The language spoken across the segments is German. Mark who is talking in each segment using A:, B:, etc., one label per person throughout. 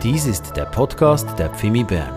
A: Dies ist der Podcast der Pfimi Bern.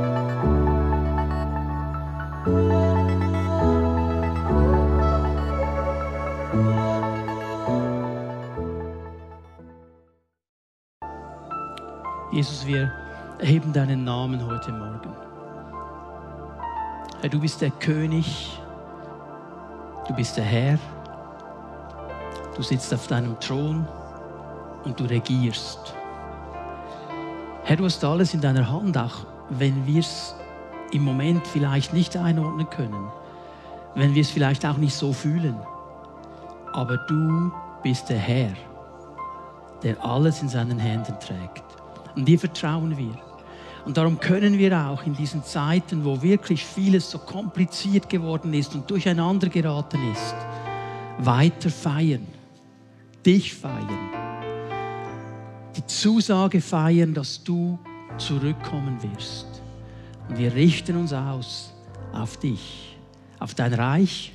B: Jesus, wir erheben deinen Namen heute Morgen. Herr, du bist der König, du bist der Herr, du sitzt auf deinem Thron und du regierst. Herr, du hast alles in deiner Hand, auch wenn wir es im Moment vielleicht nicht einordnen können, wenn wir es vielleicht auch nicht so fühlen. Aber du bist der Herr, der alles in seinen Händen trägt. Und dir vertrauen wir. Und darum können wir auch in diesen Zeiten, wo wirklich vieles so kompliziert geworden ist und durcheinander geraten ist, weiter feiern, dich feiern, die Zusage feiern, dass du zurückkommen wirst. Und wir richten uns aus auf dich, auf dein Reich,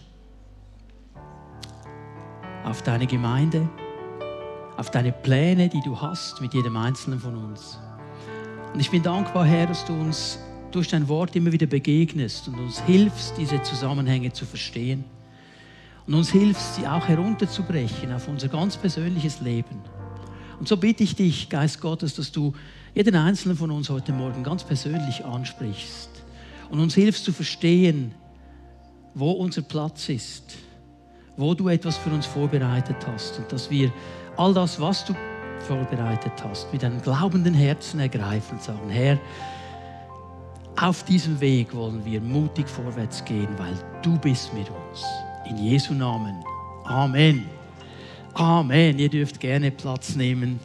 B: auf deine Gemeinde, auf deine Pläne, die du hast mit jedem Einzelnen von uns. Und ich bin dankbar, Herr, dass du uns durch dein Wort immer wieder begegnest und uns hilfst, diese Zusammenhänge zu verstehen. Und uns hilfst, sie auch herunterzubrechen auf unser ganz persönliches Leben. Und so bitte ich dich, Geist Gottes, dass du jeden Einzelnen von uns heute Morgen ganz persönlich ansprichst und uns hilfst zu verstehen, wo unser Platz ist, wo du etwas für uns vorbereitet hast und dass wir all das, was du vorbereitet hast, mit einem glaubenden Herzen ergreifen und sagen, Herr, auf diesem Weg wollen wir mutig vorwärts gehen, weil du bist mit uns. In Jesu Namen. Amen. Amen. Ihr dürft gerne Platz nehmen.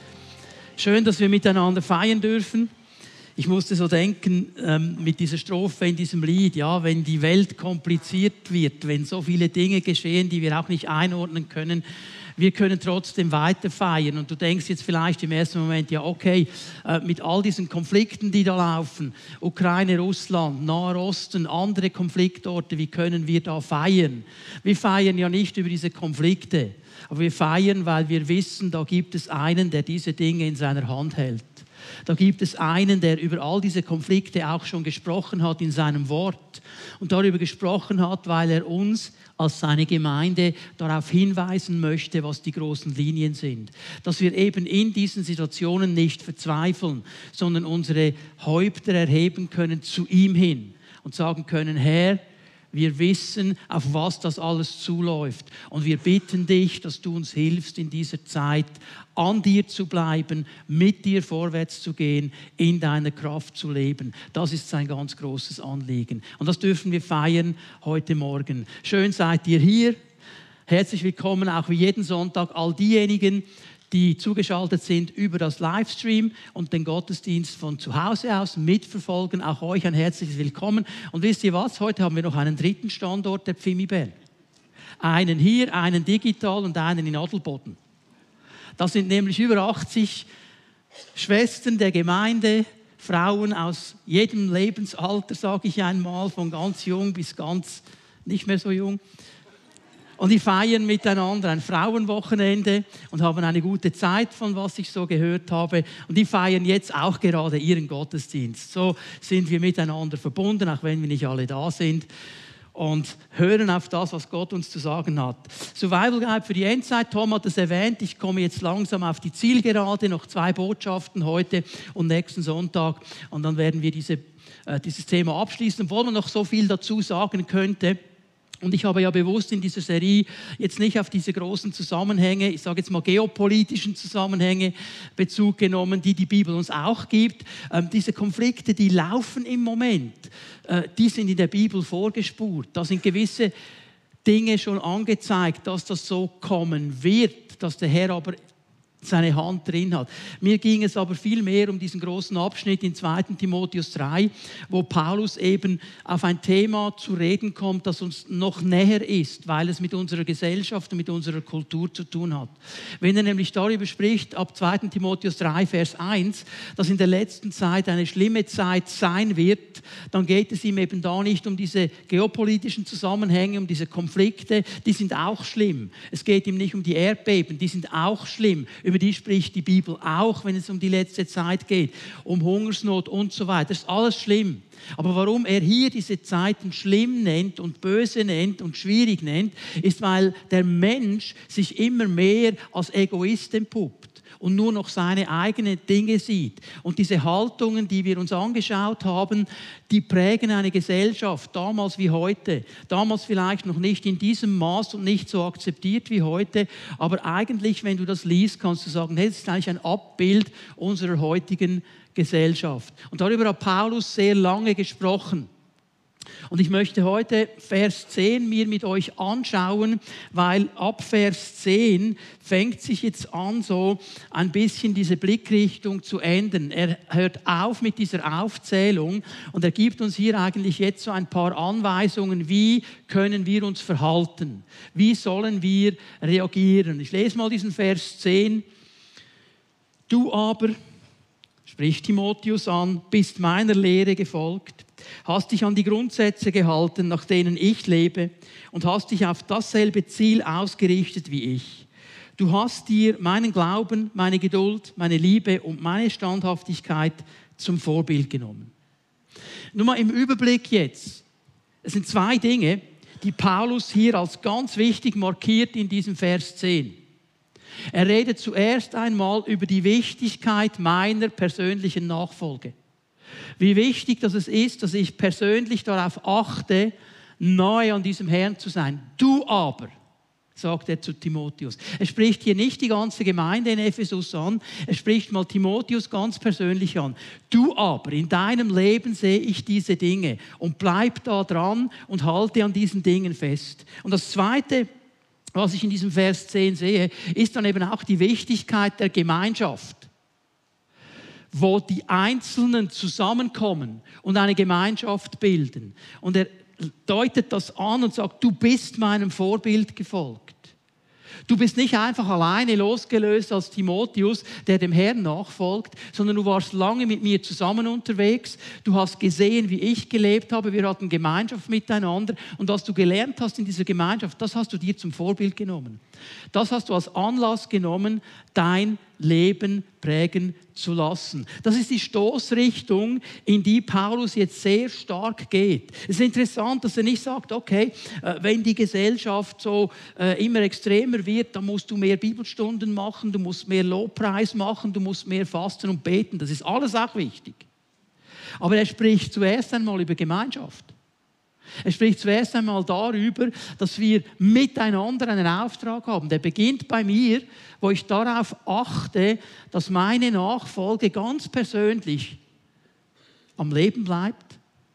B: Schön, dass wir miteinander feiern dürfen. Ich musste so denken, mit dieser Strophe in diesem Lied, ja, wenn die Welt kompliziert wird, wenn so viele Dinge geschehen, die wir auch nicht einordnen können, wir können trotzdem weiter feiern. Und du denkst jetzt vielleicht im ersten Moment, ja okay, mit all diesen Konflikten, die da laufen, Ukraine, Russland, Naher Osten, andere Konfliktorte, wie können wir da feiern? Wir feiern ja nicht über diese Konflikte, aber wir feiern, weil wir wissen, da gibt es einen, der diese Dinge in seiner Hand hält. Da gibt es einen, der über all diese Konflikte auch schon gesprochen hat in seinem Wort und darüber gesprochen hat, weil er uns als seine Gemeinde darauf hinweisen möchte, was die großen Linien sind. Dass wir eben in diesen Situationen nicht verzweifeln, sondern unsere Häupter erheben können zu ihm hin und sagen können, Herr, wir wissen, auf was das alles zuläuft. Und wir bitten dich, dass du uns hilfst, in dieser Zeit an dir zu bleiben, mit dir vorwärts zu gehen, in deiner Kraft zu leben. Das ist sein ganz großes Anliegen. Und das dürfen wir feiern heute Morgen. Schön seid ihr hier. Herzlich willkommen auch wie jeden Sonntag all diejenigen, die zugeschaltet sind über das Livestream und den Gottesdienst von zu Hause aus mitverfolgen. Auch euch ein herzliches Willkommen. Und wisst ihr was? Heute haben wir noch einen dritten Standort der Pfimi Bern. Einen hier, einen digital und einen in Adelboden. Das sind nämlich über 80 Schwestern der Gemeinde, Frauen aus jedem Lebensalter, sage ich einmal, von ganz jung bis ganz nicht mehr so jung. Und die feiern miteinander ein Frauenwochenende und haben eine gute Zeit, von was ich so gehört habe. Und die feiern jetzt auch gerade ihren Gottesdienst. So sind wir miteinander verbunden, auch wenn wir nicht alle da sind. Und hören auf das, was Gott uns zu sagen hat. Survival Guide für die Endzeit, Tom hat es erwähnt, ich komme jetzt langsam auf die Zielgerade, noch 2 Botschaften heute und nächsten Sonntag. Und dann werden wir dieses Thema abschließen, obwohl man noch so viel dazu sagen könnte. Und ich habe ja bewusst in dieser Serie jetzt nicht auf diese großen Zusammenhänge, ich sage jetzt mal geopolitischen Zusammenhänge Bezug genommen, die die Bibel uns auch gibt. Diese Konflikte, die laufen im Moment, die sind in der Bibel vorgespurt. Da sind gewisse Dinge schon angezeigt, dass das so kommen wird, dass der Herr aber seine Hand drin hat. Mir ging es aber viel mehr um diesen großen Abschnitt in 2. Timotheus 3, wo Paulus eben auf ein Thema zu reden kommt, das uns noch näher ist, weil es mit unserer Gesellschaft und mit unserer Kultur zu tun hat. Wenn er nämlich darüber spricht, ab 2. Timotheus 3, Vers 1, dass in der letzten Zeit eine schlimme Zeit sein wird, dann geht es ihm eben da nicht um diese geopolitischen Zusammenhänge, um diese Konflikte, die sind auch schlimm. Es geht ihm nicht um die Erdbeben, die sind auch schlimm. über die spricht die Bibel auch, wenn es um die letzte Zeit geht, um Hungersnot und so weiter. Das ist alles schlimm. Aber warum er hier diese Zeiten schlimm nennt und böse nennt und schwierig nennt, ist, weil der Mensch sich immer mehr als Egoist entpuppt und nur noch seine eigenen Dinge sieht. Und diese Haltungen, die wir uns angeschaut haben, die prägen eine Gesellschaft, damals wie heute. Damals vielleicht noch nicht in diesem Maß und nicht so akzeptiert wie heute. Aber eigentlich, wenn du das liest, kannst du sagen, hey, das ist eigentlich ein Abbild unserer heutigen Gesellschaft. Und darüber hat Paulus sehr lange gesprochen. Und ich möchte heute Vers 10 mir mit euch anschauen, weil ab Vers 10 fängt sich jetzt an, so ein bisschen diese Blickrichtung zu ändern. Er hört auf mit dieser Aufzählung und er gibt uns hier eigentlich jetzt so ein paar Anweisungen, wie können wir uns verhalten, wie sollen wir reagieren. Ich lese mal diesen Vers 10. Du aber, spricht Timotheus an, bist meiner Lehre gefolgt, hast dich an die Grundsätze gehalten, nach denen ich lebe, und hast dich auf dasselbe Ziel ausgerichtet wie ich. Du hast dir meinen Glauben, meine Geduld, meine Liebe und meine Standhaftigkeit zum Vorbild genommen. Nur mal im Überblick jetzt. Es sind 2 Dinge, die Paulus hier als ganz wichtig markiert in diesem Vers 10. Er redet zuerst einmal über die Wichtigkeit meiner persönlichen Nachfolge. Wie wichtig das ist, dass ich persönlich darauf achte, nahe an diesem Herrn zu sein. Du aber, sagt er zu Timotheus. Er spricht hier nicht die ganze Gemeinde in Ephesus an, er spricht mal Timotheus ganz persönlich an. Du aber, in deinem Leben sehe ich diese Dinge und bleib da dran und halte an diesen Dingen fest. Und das Zweite, was ich in diesem Vers 10 sehe, ist dann eben auch die Wichtigkeit der Gemeinschaft, wo die Einzelnen zusammenkommen und eine Gemeinschaft bilden. Und er deutet das an und sagt, du bist meinem Vorbild gefolgt. Du bist nicht einfach alleine losgelöst als Timotheus, der dem Herrn nachfolgt, sondern du warst lange mit mir zusammen unterwegs. Du hast gesehen, wie ich gelebt habe. Wir hatten Gemeinschaft miteinander. Und was du gelernt hast in dieser Gemeinschaft, das hast du dir zum Vorbild genommen. Das hast du als Anlass genommen, dein Leben prägen zu lassen. Das ist die Stoßrichtung, in die Paulus jetzt sehr stark geht. Es ist interessant, dass er nicht sagt, okay, wenn die Gesellschaft so immer extremer wird, dann musst du mehr Bibelstunden machen, du musst mehr Lobpreis machen, du musst mehr fasten und beten. Das ist alles auch wichtig. Aber er spricht zuerst einmal über Gemeinschaft. Er spricht zuerst einmal darüber, dass wir miteinander einen Auftrag haben. Der beginnt bei mir, wo ich darauf achte, dass meine Nachfolge ganz persönlich am Leben bleibt,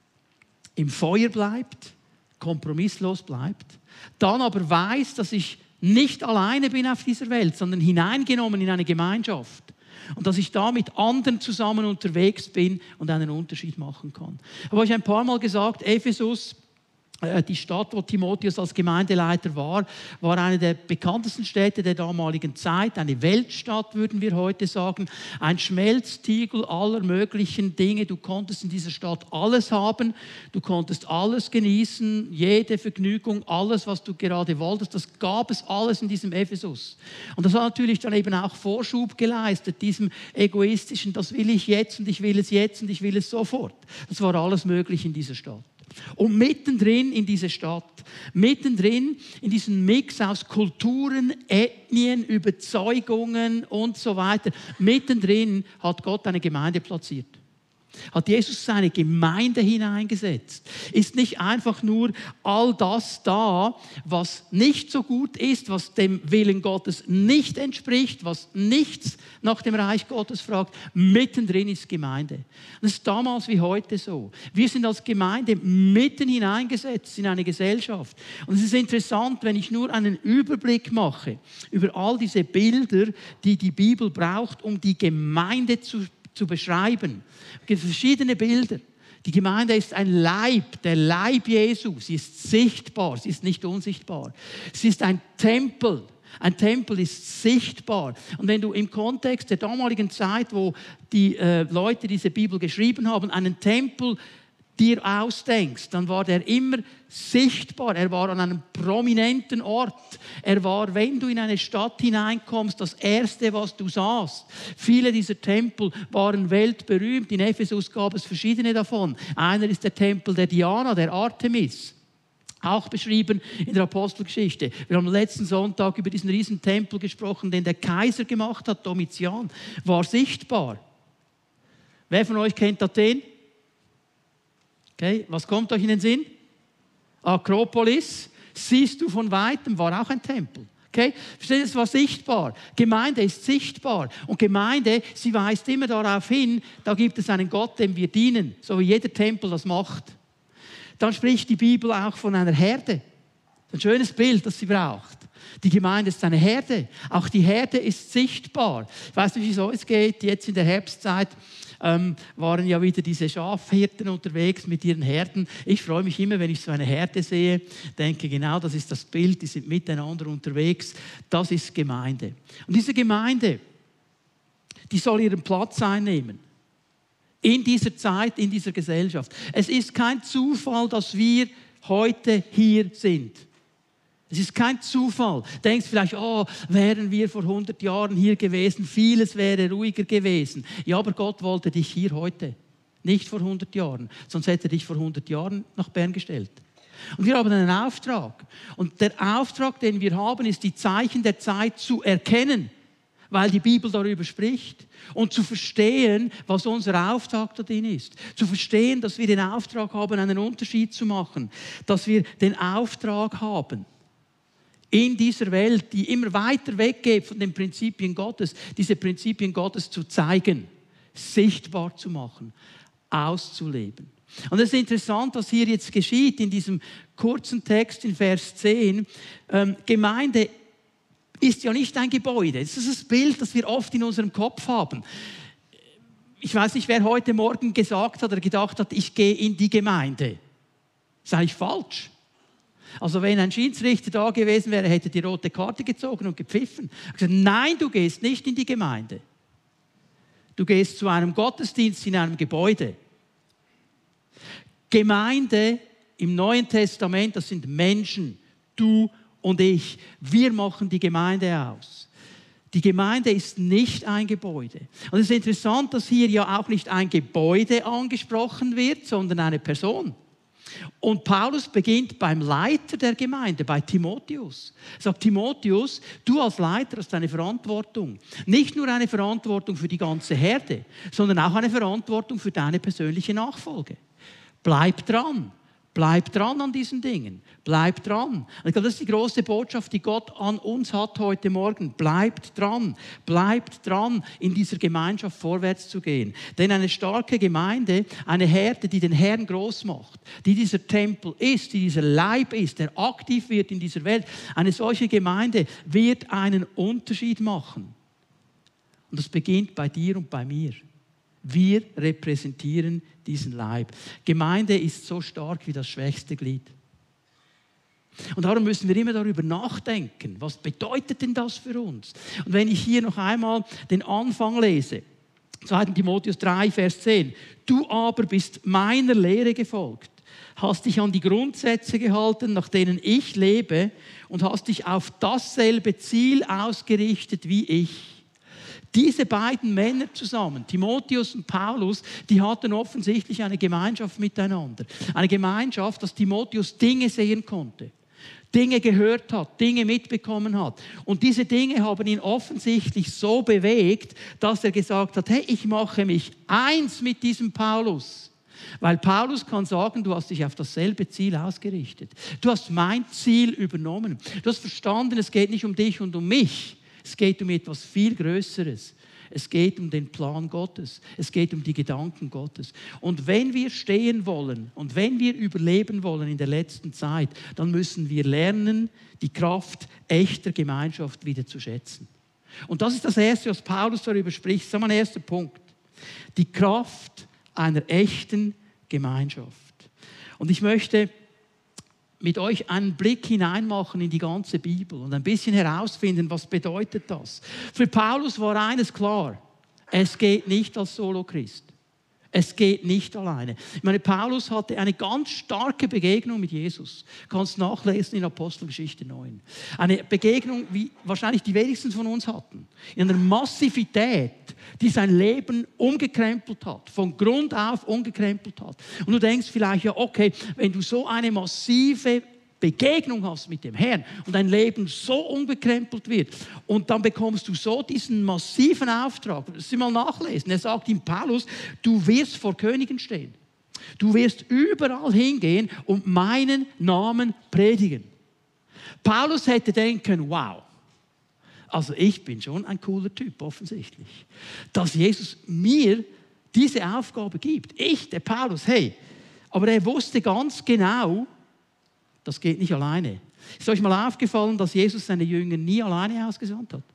B: im Feuer bleibt, kompromisslos bleibt. Dann aber weiß, dass ich nicht alleine bin auf dieser Welt, sondern hineingenommen in eine Gemeinschaft. Und dass ich da mit anderen zusammen unterwegs bin und einen Unterschied machen kann. Habe ich ein paar Mal gesagt, Ephesus, die Stadt, wo Timotheus als Gemeindeleiter war eine der bekanntesten Städte der damaligen Zeit, eine Weltstadt, würden wir heute sagen, ein Schmelztiegel aller möglichen Dinge. Du konntest in dieser Stadt alles haben, du konntest alles genießen, jede Vergnügung, alles, was du gerade wolltest, das gab es alles in diesem Ephesus. Und das hat natürlich dann eben auch Vorschub geleistet, diesem egoistischen, das will ich jetzt und ich will es jetzt und ich will es sofort. Das war alles möglich in dieser Stadt. Und mittendrin in diese Stadt, mittendrin in diesen Mix aus Kulturen, Ethnien, Überzeugungen und so weiter, mittendrin hat Gott eine Gemeinde platziert. Hat Jesus seine Gemeinde hineingesetzt. Ist nicht einfach nur all das da, was nicht so gut ist, was dem Willen Gottes nicht entspricht, was nichts nach dem Reich Gottes fragt. Mittendrin ist Gemeinde. Das ist damals wie heute so. Wir sind als Gemeinde mitten hineingesetzt in eine Gesellschaft. Und es ist interessant, wenn ich nur einen Überblick mache über all diese Bilder, die die Bibel braucht, um die Gemeinde zu beschreiben. Es gibt verschiedene Bilder. Die Gemeinde ist ein Leib, der Leib Jesu. Sie ist sichtbar, sie ist nicht unsichtbar. Sie ist ein Tempel. Ein Tempel ist sichtbar. Und wenn du im Kontext der damaligen Zeit, wo die Leute diese Bibel geschrieben haben, einen Tempel dir ausdenkst, dann war der immer sichtbar. Er war an einem prominenten Ort. Er war, wenn du in eine Stadt hineinkommst, das Erste, was du sahst. Viele dieser Tempel waren weltberühmt. In Ephesus gab es verschiedene davon. Einer ist der Tempel der Diana, der Artemis. Auch beschrieben in der Apostelgeschichte. Wir haben letzten Sonntag über diesen riesen Tempel gesprochen, den der Kaiser gemacht hat, Domitian. War sichtbar. Wer von euch kennt Athen? Okay, was kommt euch in den Sinn? Akropolis, siehst du von Weitem, war auch ein Tempel. Okay? Versteht ihr, es war sichtbar. Gemeinde ist sichtbar. Und Gemeinde, sie weist immer darauf hin, da gibt es einen Gott, dem wir dienen, so wie jeder Tempel das macht. Dann spricht die Bibel auch von einer Herde. Ein schönes Bild, das sie braucht. Die Gemeinde ist eine Herde. Auch die Herde ist sichtbar. Ich weiß nicht, wieso es geht. Jetzt in der Herbstzeit waren ja wieder diese Schafhirten unterwegs mit ihren Herden. Ich freue mich immer, wenn ich so eine Herde sehe. Denke, genau, das ist das Bild. Die sind miteinander unterwegs. Das ist Gemeinde. Und diese Gemeinde, die soll ihren Platz einnehmen. In dieser Zeit, in dieser Gesellschaft. Es ist kein Zufall, dass wir heute hier sind. Es ist kein Zufall. Du denkst vielleicht, wären wir vor 100 Jahren hier gewesen, vieles wäre ruhiger gewesen. Ja, aber Gott wollte dich hier heute. Nicht vor 100 Jahren. Sonst hätte er dich vor 100 Jahren nach Bern gestellt. Und wir haben einen Auftrag. Und der Auftrag, den wir haben, ist, die Zeichen der Zeit zu erkennen, weil die Bibel darüber spricht. Und zu verstehen, was unser Auftrag darin ist. Zu verstehen, dass wir den Auftrag haben, einen Unterschied zu machen. Dass wir den Auftrag haben, in dieser Welt, die immer weiter weggeht von den Prinzipien Gottes, diese Prinzipien Gottes zu zeigen, sichtbar zu machen, auszuleben. Und es ist interessant, was hier jetzt geschieht in diesem kurzen Text in Vers 10. Gemeinde ist ja nicht ein Gebäude. Das ist das Bild, das wir oft in unserem Kopf haben. Ich weiß nicht, wer heute Morgen gesagt hat oder gedacht hat, ich gehe in die Gemeinde. Das ist eigentlich falsch. Also wenn ein Schiedsrichter da gewesen wäre, hätte die rote Karte gezogen und gepfiffen. Er hat gesagt, nein, du gehst nicht in die Gemeinde. Du gehst zu einem Gottesdienst in einem Gebäude. Gemeinde im Neuen Testament, das sind Menschen, du und ich. Wir machen die Gemeinde aus. Die Gemeinde ist nicht ein Gebäude. Und es ist interessant, dass hier ja auch nicht ein Gebäude angesprochen wird, sondern eine Person. Und Paulus beginnt beim Leiter der Gemeinde, bei Timotheus. Er sagt, Timotheus, du als Leiter hast eine Verantwortung. Nicht nur eine Verantwortung für die ganze Herde, sondern auch eine Verantwortung für deine persönliche Nachfolge. Bleib dran. Bleib dran an diesen Dingen. Bleib dran. Und ich glaube, das ist die große Botschaft, die Gott an uns hat heute Morgen. Bleibt dran. Bleibt dran, in dieser Gemeinschaft vorwärts zu gehen. Denn eine starke Gemeinde, eine Herde, die den Herrn groß macht, die dieser Tempel ist, die dieser Leib ist, der aktiv wird in dieser Welt, eine solche Gemeinde wird einen Unterschied machen. Und das beginnt bei dir und bei mir. Wir repräsentieren diesen Leib. Gemeinde ist so stark wie das schwächste Glied. Und darum müssen wir immer darüber nachdenken, was bedeutet denn das für uns? Und wenn ich hier noch einmal den Anfang lese, 2. Timotheus 3, Vers 10, du aber bist meiner Lehre gefolgt, hast dich an die Grundsätze gehalten, nach denen ich lebe und hast dich auf dasselbe Ziel ausgerichtet wie ich. Diese beiden Männer zusammen, Timotheus und Paulus, die hatten offensichtlich eine Gemeinschaft miteinander. Eine Gemeinschaft, dass Timotheus Dinge sehen konnte, Dinge gehört hat, Dinge mitbekommen hat. Und diese Dinge haben ihn offensichtlich so bewegt, dass er gesagt hat, hey, ich mache mich eins mit diesem Paulus. Weil Paulus kann sagen, du hast dich auf dasselbe Ziel ausgerichtet. Du hast mein Ziel übernommen. Du hast verstanden, es geht nicht um dich und um mich. Es geht um etwas viel Größeres. Es geht um den Plan Gottes. Es geht um die Gedanken Gottes. Und wenn wir stehen wollen und wenn wir überleben wollen in der letzten Zeit, dann müssen wir lernen, die Kraft echter Gemeinschaft wieder zu schätzen. Und das ist das Erste, was Paulus darüber spricht. Das ist mein erster Punkt. Die Kraft einer echten Gemeinschaft. Und ich möchte mit euch einen Blick hineinmachen in die ganze Bibel und ein bisschen herausfinden, was bedeutet das. Für Paulus war eines klar, es geht nicht als Solo-Christ. Es geht nicht alleine. Ich meine, Paulus hatte eine ganz starke Begegnung mit Jesus. Du kannst nachlesen in Apostelgeschichte 9. Eine Begegnung, wie wahrscheinlich die wenigsten von uns hatten. In einer Massivität, die sein Leben umgekrempelt hat. Von Grund auf umgekrempelt hat. Und du denkst vielleicht, ja okay, wenn du so eine massive Begegnung hast mit dem Herrn und dein Leben so umgekrempelt wird und dann bekommst du so diesen massiven Auftrag. Lass Sie mal nachlesen. Er sagt ihm, Paulus, du wirst vor Königen stehen. Du wirst überall hingehen und meinen Namen predigen. Paulus hätte denken können, wow, also ich bin schon ein cooler Typ offensichtlich, dass Jesus mir diese Aufgabe gibt. Ich, der Paulus, hey. Aber er wusste ganz genau, das geht nicht alleine. Ist euch mal aufgefallen, dass Jesus seine Jünger nie alleine ausgesandt hat?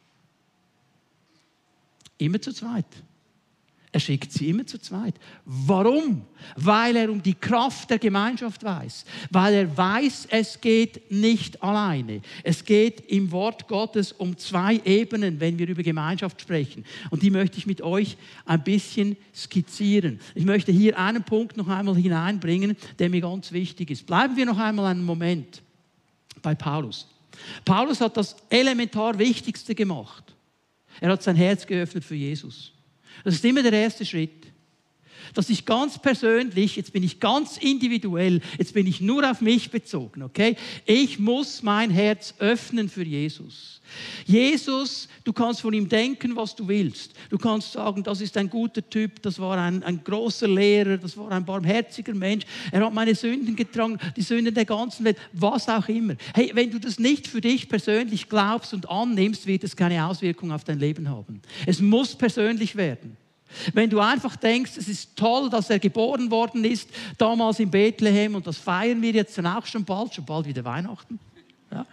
B: Immer zu zweit. Er schickt sie immer zu zweit. Warum? Weil er um die Kraft der Gemeinschaft weiß. Weil er weiß, es geht nicht alleine. Es geht im Wort Gottes um 2 Ebenen, wenn wir über Gemeinschaft sprechen. Und die möchte ich mit euch ein bisschen skizzieren. Ich möchte hier einen Punkt noch einmal hineinbringen, der mir ganz wichtig ist. Bleiben wir noch einmal einen Moment bei Paulus. Paulus hat das elementar Wichtigste gemacht. Er hat sein Herz geöffnet für Jesus. Das ist immer der erste Schritt. Dass ich ganz persönlich, jetzt bin ich ganz individuell, jetzt bin ich nur auf mich bezogen, okay? Ich muss mein Herz öffnen für Jesus. Jesus, du kannst von ihm denken, was du willst. Du kannst sagen, das ist ein guter Typ, das war ein großer Lehrer, das war ein barmherziger Mensch. Er hat meine Sünden getragen, die Sünden der ganzen Welt, was auch immer. Hey, wenn du das nicht für dich persönlich glaubst und annimmst, wird es keine Auswirkung auf dein Leben haben. Es muss persönlich werden. Wenn du einfach denkst, es ist toll, dass er geboren worden ist, damals in Bethlehem, und das feiern wir jetzt dann auch schon bald wieder Weihnachten. Ja.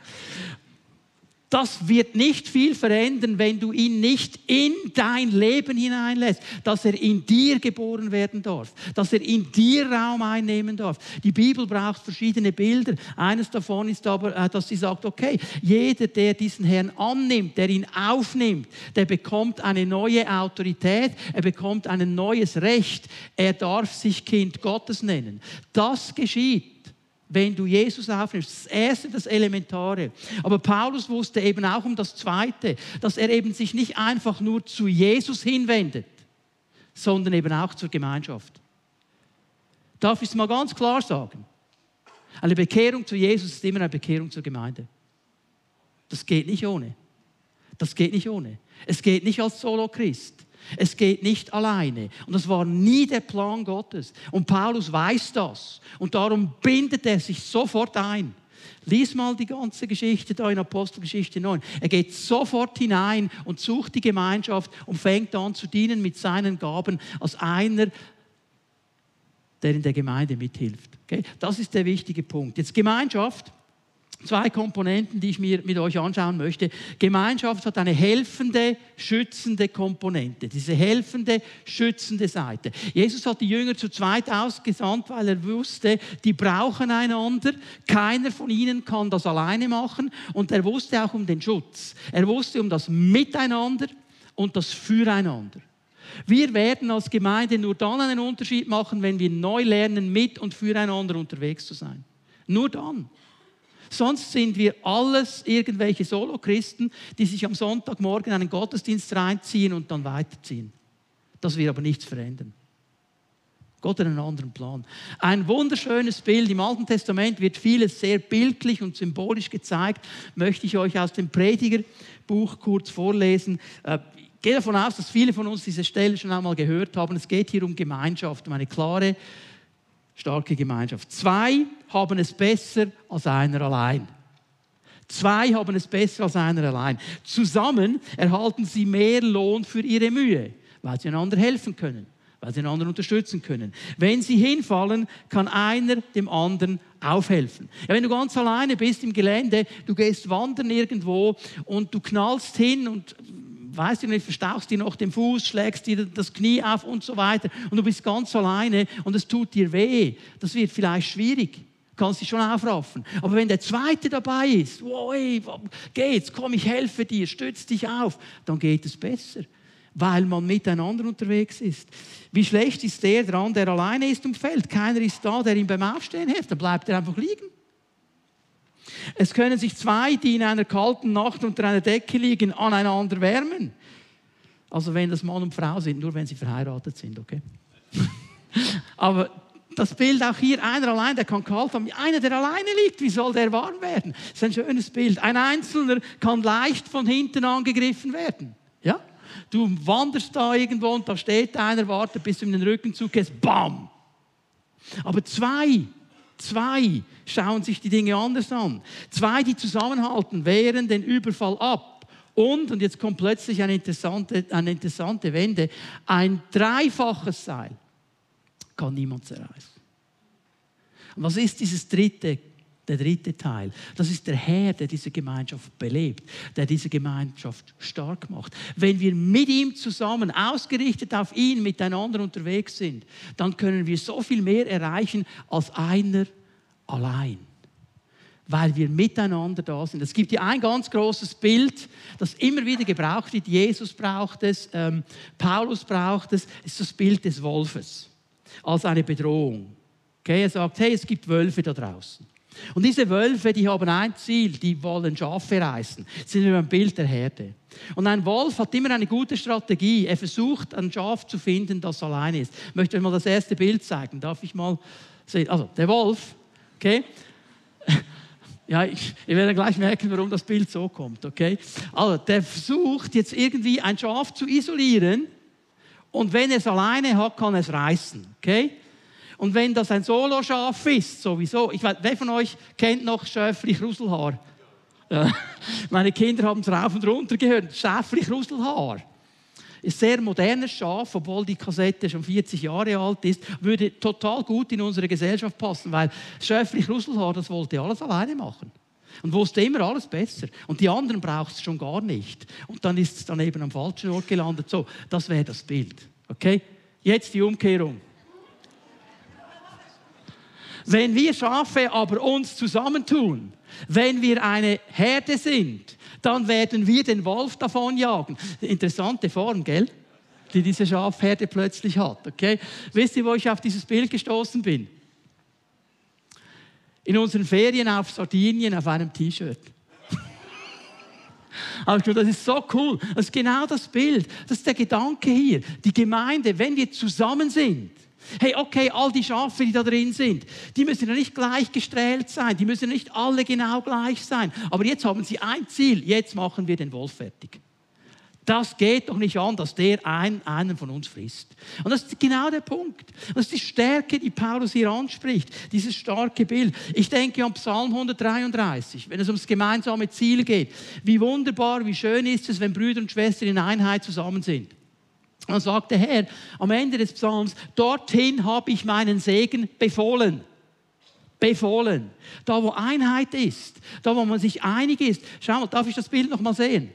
B: Das wird nicht viel verändern, wenn du ihn nicht in dein Leben hineinlässt, dass er in dir geboren werden darf, dass er in dir Raum einnehmen darf. Die Bibel braucht verschiedene Bilder. Eines davon ist aber, dass sie sagt, okay, jeder, der diesen Herrn annimmt, der ihn aufnimmt, der bekommt eine neue Autorität, er bekommt ein neues Recht, er darf sich Kind Gottes nennen. Das geschieht, wenn du Jesus aufnimmst. Das Erste, das Elementare. Aber Paulus wusste eben auch um das Zweite, dass er eben sich nicht einfach nur zu Jesus hinwendet, sondern eben auch zur Gemeinschaft. Darf ich es mal ganz klar sagen? Eine Bekehrung zu Jesus ist immer eine Bekehrung zur Gemeinde. Das geht nicht ohne. Das geht nicht ohne. Es geht nicht als Solo-Christ. Es geht nicht alleine. Und das war nie der Plan Gottes. Und Paulus weiß das. Und darum bindet er sich sofort ein. Lies mal die ganze Geschichte da in Apostelgeschichte 9. Er geht sofort hinein und sucht die Gemeinschaft und fängt an zu dienen mit seinen Gaben als einer, der in der Gemeinde mithilft. Okay? Das ist der wichtige Punkt. Jetzt Gemeinschaft. 2 Komponenten, die ich mir mit euch anschauen möchte. Gemeinschaft hat eine helfende, schützende Komponente. Diese helfende, schützende Seite. Jesus hat die Jünger zu zweit ausgesandt, weil er wusste, die brauchen einander. Keiner von ihnen kann das alleine machen. Und er wusste auch um den Schutz. Er wusste um das Miteinander und das Füreinander. Wir werden als Gemeinde nur dann einen Unterschied machen, wenn wir neu lernen, mit und füreinander unterwegs zu sein. Nur dann. Sonst sind wir alles irgendwelche Solo-Christen, die sich am Sonntagmorgen einen Gottesdienst reinziehen und dann weiterziehen. Das wird aber nichts verändern. Gott hat einen anderen Plan. Ein wunderschönes Bild. Im Alten Testament wird vieles sehr bildlich und symbolisch gezeigt. Möchte ich euch aus dem Predigerbuch kurz vorlesen. Ich gehe davon aus, dass viele von uns diese Stelle schon einmal gehört haben. Es geht hier um Gemeinschaft, um eine klare, starke Gemeinschaft. 2 haben es besser als einer allein. 2 haben es besser als einer allein. Zusammen erhalten sie mehr Lohn für ihre Mühe, weil sie einander helfen können, weil sie einander unterstützen können. Wenn sie hinfallen, kann einer dem anderen aufhelfen. Ja, wenn du ganz alleine bist im Gelände, du gehst wandern irgendwo und du knallst hin und weißt du nicht, verstauchst dir noch den Fuß, schlägst dir das Knie auf und so weiter und du bist ganz alleine und es tut dir weh. Das wird vielleicht schwierig. Du kannst dich schon aufraffen. Aber wenn der Zweite dabei ist, wow, hey, geht's, komm, ich helfe dir, stütz dich auf, dann geht es besser. weil man miteinander unterwegs ist. Wie schlecht ist der dran, der alleine ist und fällt? Keiner ist da, der ihm beim Aufstehen hilft. Dann bleibt er einfach liegen. Es können sich zwei, die in einer kalten Nacht unter einer Decke liegen, aneinander wärmen. Also wenn das Mann und Frau sind, nur wenn sie verheiratet sind, okay? Aber das Bild auch hier, einer allein, der kann kalt haben. Einer, der alleine liegt, wie soll der warm werden? Das ist ein schönes Bild. Ein Einzelner kann leicht von hinten angegriffen werden. Ja? Du wanderst da irgendwo und da steht einer, wartet, bis du in den Rückenzug gehst, bam! Aber zwei schauen sich die Dinge anders an. Zwei, die zusammenhalten, wehren den Überfall ab. Und jetzt kommt plötzlich eine interessante Wende, ein dreifaches Seil kann niemand zerreißen. Und was ist der dritte Teil? Das ist der Herr, der diese Gemeinschaft belebt, der diese Gemeinschaft stark macht. Wenn wir mit ihm zusammen, ausgerichtet auf ihn, miteinander unterwegs sind, dann können wir so viel mehr erreichen als einer allein. Weil wir miteinander da sind. Es gibt hier ein ganz großes Bild, das immer wieder gebraucht wird. Jesus braucht es, Paulus braucht es. Es ist das Bild des Wolfes als eine Bedrohung. Okay, er sagt, hey, es gibt Wölfe da draußen. Und diese Wölfe, die haben ein Ziel, die wollen Schafe reißen. Das ist ein Bild der Herde. Und ein Wolf hat immer eine gute Strategie. Er versucht, ein Schaf zu finden, das alleine ist. Ich möchte euch mal das erste Bild zeigen. Darf ich mal sehen? Also, der Wolf, okay? Ja, ihr werdet gleich merken, warum das Bild so kommt, okay? Also, der versucht jetzt irgendwie ein Schaf zu isolieren und wenn er es alleine hat, kann er es reißen, okay? Und wenn das ein Soloschaf ist, sowieso, ich weiß, wer von euch kennt noch Schäflich-Ruselhaar? Ja. Meine Kinder haben es rauf und runter gehört. Schäflich-Ruselhaar ist ein sehr modernes Schaf, obwohl die Kassette schon 40 Jahre alt ist, würde total gut in unsere Gesellschaft passen, weil Schäflich-Ruselhaar, das wollte alles alleine machen. Und wusste immer alles besser. Und die anderen braucht es schon gar nicht. Und dann ist es dann eben am falschen Ort gelandet. So, das wäre das Bild. Okay? Jetzt die Umkehrung. Wenn wir Schafe aber uns zusammentun, wenn wir eine Herde sind, dann werden wir den Wolf davonjagen. Interessante Form, gell? Die diese Schafherde plötzlich hat. Okay? Wisst ihr, wo ich auf dieses Bild gestoßen bin? In unseren Ferien auf Sardinien auf einem T-Shirt. Aber das ist so cool. Das ist genau das Bild. Das ist der Gedanke hier. Die Gemeinde, wenn wir zusammen sind, hey, okay, all die Schafe, die da drin sind, die müssen ja nicht gleich gestrählt sein, die müssen ja nicht alle genau gleich sein. Aber jetzt haben sie ein Ziel, jetzt machen wir den Wolf fertig. Das geht doch nicht an, dass der einen von uns frisst. Und das ist genau der Punkt. Das ist die Stärke, die Paulus hier anspricht, dieses starke Bild. Ich denke an Psalm 133, wenn es ums gemeinsame Ziel geht. Wie wunderbar, wie schön ist es, wenn Brüder und Schwestern in Einheit zusammen sind. Dann sagt der Herr am Ende des Psalms, dorthin habe ich meinen Segen befohlen. Befohlen. Da, wo Einheit ist, da, wo man sich einig ist. Schau mal, darf ich das Bild noch mal sehen?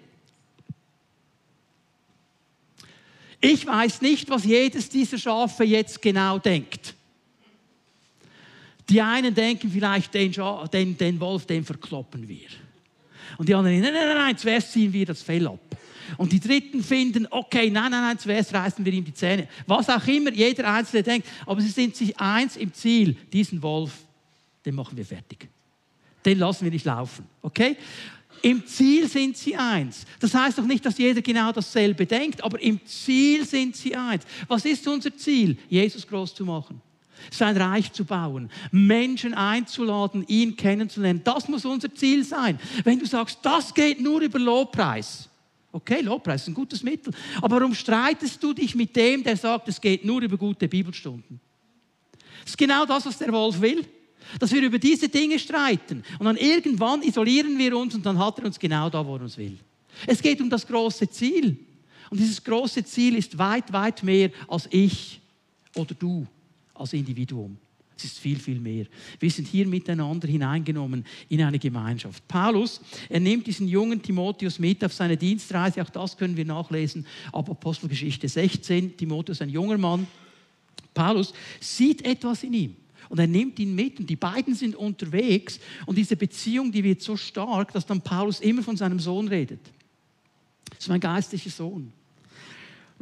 B: Ich weiß nicht, was jedes dieser Schafe jetzt genau denkt. Die einen denken vielleicht, den Wolf, den verkloppen wir. Und die anderen, nein, zuerst ziehen wir das Fell ab. Und die Dritten finden, okay, nein, zuerst reißen wir ihm die Zähne. Was auch immer jeder Einzelne denkt. Aber sie sind sich eins im Ziel, diesen Wolf, den machen wir fertig. Den lassen wir nicht laufen, okay? Im Ziel sind sie eins. Das heißt doch nicht, dass jeder genau dasselbe denkt, aber im Ziel sind sie eins. Was ist unser Ziel? Jesus groß zu machen. Sein Reich zu bauen, Menschen einzuladen, ihn kennenzulernen. Das muss unser Ziel sein. Wenn du sagst, das geht nur über Lobpreis. Okay, Lobpreis ist ein gutes Mittel. Aber warum streitest du dich mit dem, der sagt, es geht nur über gute Bibelstunden? Das ist genau das, was der Wolf will. Dass wir über diese Dinge streiten. Und dann irgendwann isolieren wir uns und dann hat er uns genau da, wo er uns will. Es geht um das große Ziel. Und dieses große Ziel ist weit, weit mehr als ich oder du als Individuum. Es ist viel, viel mehr. Wir sind hier miteinander hineingenommen in eine Gemeinschaft. Paulus, er nimmt diesen jungen Timotheus mit auf seine Dienstreise. Auch das können wir nachlesen ab Apostelgeschichte 16. Timotheus, ein junger Mann. Paulus sieht etwas in ihm. Und er nimmt ihn mit und die beiden sind unterwegs. Und diese Beziehung, die wird so stark, dass dann Paulus immer von seinem Sohn redet. Das ist mein geistlicher Sohn.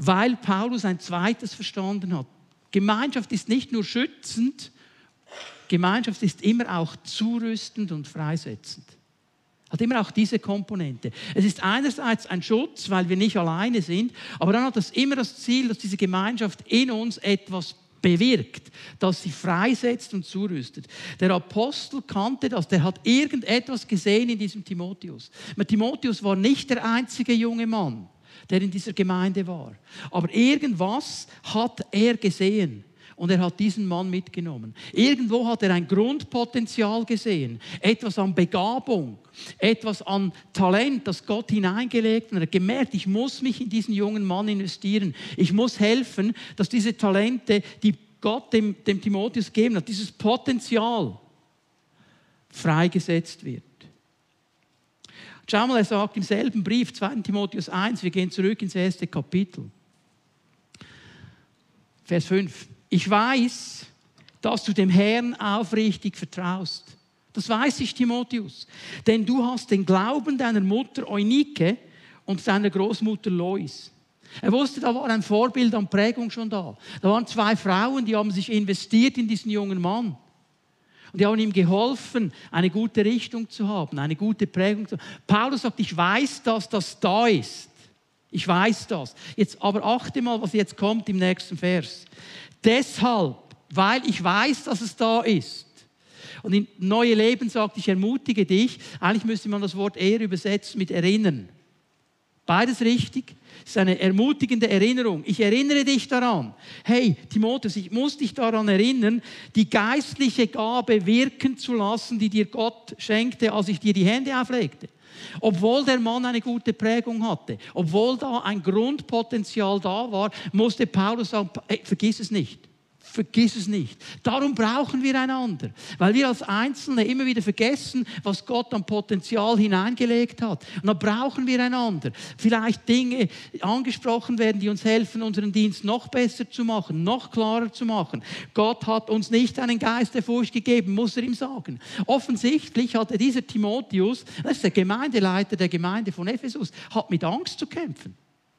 B: weil Paulus ein zweites verstanden hat. Gemeinschaft ist nicht nur schützend, Gemeinschaft ist immer auch zurüstend und freisetzend. Hat immer auch diese Komponente. Es ist einerseits ein Schutz, weil wir nicht alleine sind, aber dann hat es immer das Ziel, dass diese Gemeinschaft in uns etwas bewirkt, dass sie freisetzt und zurüstet. Der Apostel kannte das, der hat irgendetwas gesehen in diesem Timotheus. Aber Timotheus war nicht der einzige junge Mann, der in dieser Gemeinde war. Aber irgendwas hat er gesehen. Und er hat diesen Mann mitgenommen. Irgendwo hat er ein Grundpotenzial gesehen. Etwas an Begabung, etwas an Talent, das Gott hineingelegt hat. Und er hat gemerkt, ich muss mich in diesen jungen Mann investieren. Ich muss helfen, dass diese Talente, die Gott dem Timotheus gegeben hat, dieses Potenzial freigesetzt wird. Schau mal, er sagt im selben Brief, 2. Timotheus 1, wir gehen zurück ins 1. Kapitel. Vers 5. Ich weiß, dass du dem Herrn aufrichtig vertraust. Das weiß ich, Timotheus. Denn du hast den Glauben deiner Mutter Eunike und deiner Großmutter Lois. Er wusste, da war ein Vorbild an Prägung schon da. Da waren 2 Frauen, die haben sich investiert in diesen jungen Mann. Und die haben ihm geholfen, eine gute Richtung zu haben, eine gute Prägung zu haben. Paulus sagt, ich weiß, dass das da ist. Ich weiß das. Jetzt aber achte mal, was jetzt kommt im nächsten Vers. Deshalb, weil ich weiß, dass es da ist. Und in Neue Leben sagt, ich ermutige dich. Eigentlich müsste man das Wort eher übersetzen mit erinnern. Beides richtig. Es ist eine ermutigende Erinnerung. Ich erinnere dich daran. Hey, Timotheus, ich muss dich daran erinnern, die geistliche Gabe wirken zu lassen, die dir Gott schenkte, als ich dir die Hände auflegte. Obwohl der Mann eine gute Prägung hatte, obwohl da ein Grundpotenzial da war, musste Paulus sagen, hey, vergiss es nicht. Vergiss es nicht. Darum brauchen wir einander. Weil wir als Einzelne immer wieder vergessen, was Gott an Potenzial hineingelegt hat. Und dann brauchen wir einander. Vielleicht Dinge angesprochen werden, die uns helfen, unseren Dienst noch besser zu machen, noch klarer zu machen. Gott hat uns nicht einen Geist der Furcht gegeben, muss er ihm sagen. Offensichtlich hatte dieser Timotheus, das ist der Gemeindeleiter der Gemeinde von Ephesus, hat mit Angst zu kämpfen.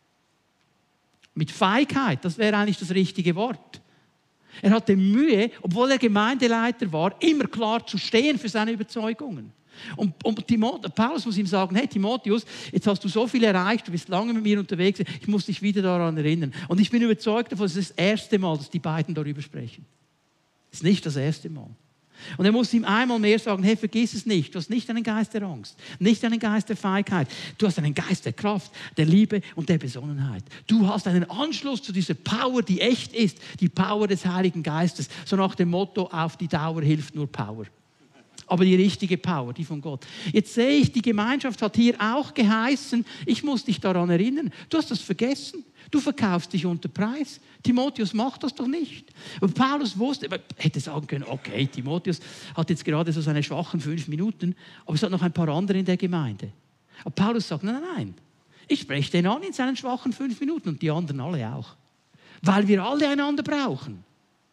B: Mit Feigheit, das wäre eigentlich das richtige Wort. Er hatte Mühe, obwohl er Gemeindeleiter war, immer klar zu stehen für seine Überzeugungen. Und Paulus muss ihm sagen, hey Timotheus, jetzt hast du so viel erreicht, du bist lange mit mir unterwegs, ich muss dich wieder daran erinnern. Und ich bin überzeugt davon, es ist das erste Mal, dass die beiden darüber sprechen. Es ist nicht das erste Mal. Und er muss ihm einmal mehr sagen, hey, vergiss es nicht, du hast nicht einen Geist der Angst, nicht einen Geist der Feigheit, du hast einen Geist der Kraft, der Liebe und der Besonnenheit. Du hast einen Anschluss zu dieser Power, die echt ist, die Power des Heiligen Geistes, so nach dem Motto, auf die Dauer hilft nur Power. Aber die richtige Power, die von Gott. Jetzt sehe ich, die Gemeinschaft hat hier auch geheißen, ich muss dich daran erinnern, du hast das vergessen. Du verkaufst dich unter Preis. Timotheus macht das doch nicht. Und Paulus wusste, er hätte sagen können, okay, Timotheus hat jetzt gerade so seine schwachen 5 Minuten, aber es hat noch ein paar andere in der Gemeinde. Aber Paulus sagt, nein, ich spreche den an in seinen schwachen 5 Minuten und die anderen alle auch. Weil wir alle einander brauchen.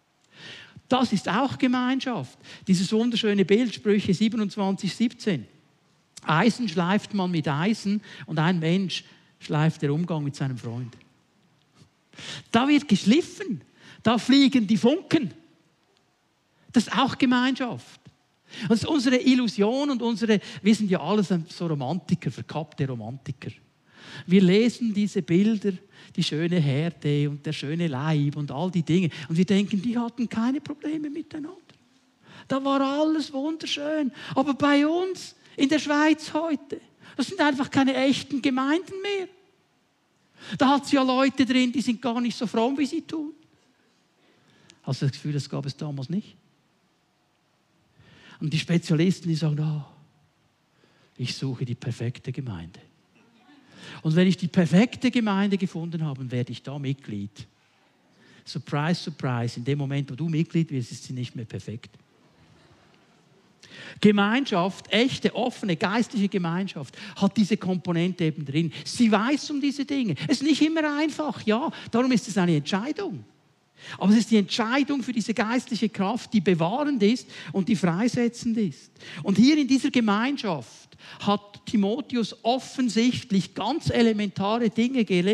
B: Das ist auch Gemeinschaft. Dieses wunderschöne Bild, Sprüche 27,17. Eisen schleift man mit Eisen und ein Mensch schleift der Umgang mit seinem Freund. Da wird geschliffen, da fliegen die Funken. Das ist auch Gemeinschaft. Das ist unsere Illusion und wir sind ja alles so Romantiker, verkappte Romantiker. Wir lesen diese Bilder, die schöne Herde und der schöne Leib und all die Dinge. Und wir denken, die hatten keine Probleme miteinander. Da war alles wunderschön. Aber bei uns in der Schweiz heute, das sind einfach keine echten Gemeinden mehr. Da hat es ja Leute drin, die sind gar nicht so fromm, wie sie tun. Hast du das Gefühl, das gab es damals nicht? Und die Spezialisten, die sagen, ich suche die perfekte Gemeinde. Und wenn ich die perfekte Gemeinde gefunden habe, werde ich da Mitglied. Surprise, surprise, in dem Moment, wo du Mitglied wirst, ist sie nicht mehr perfekt. Gemeinschaft, echte, offene, geistliche Gemeinschaft hat diese Komponente eben drin. Sie weiß um diese Dinge. Es ist nicht immer einfach, ja, darum ist es eine Entscheidung. Aber es ist die Entscheidung für diese geistliche Kraft, die bewahrend ist und die freisetzend ist. Und hier in dieser Gemeinschaft hat Timotheus offensichtlich ganz elementare Dinge gelehrt.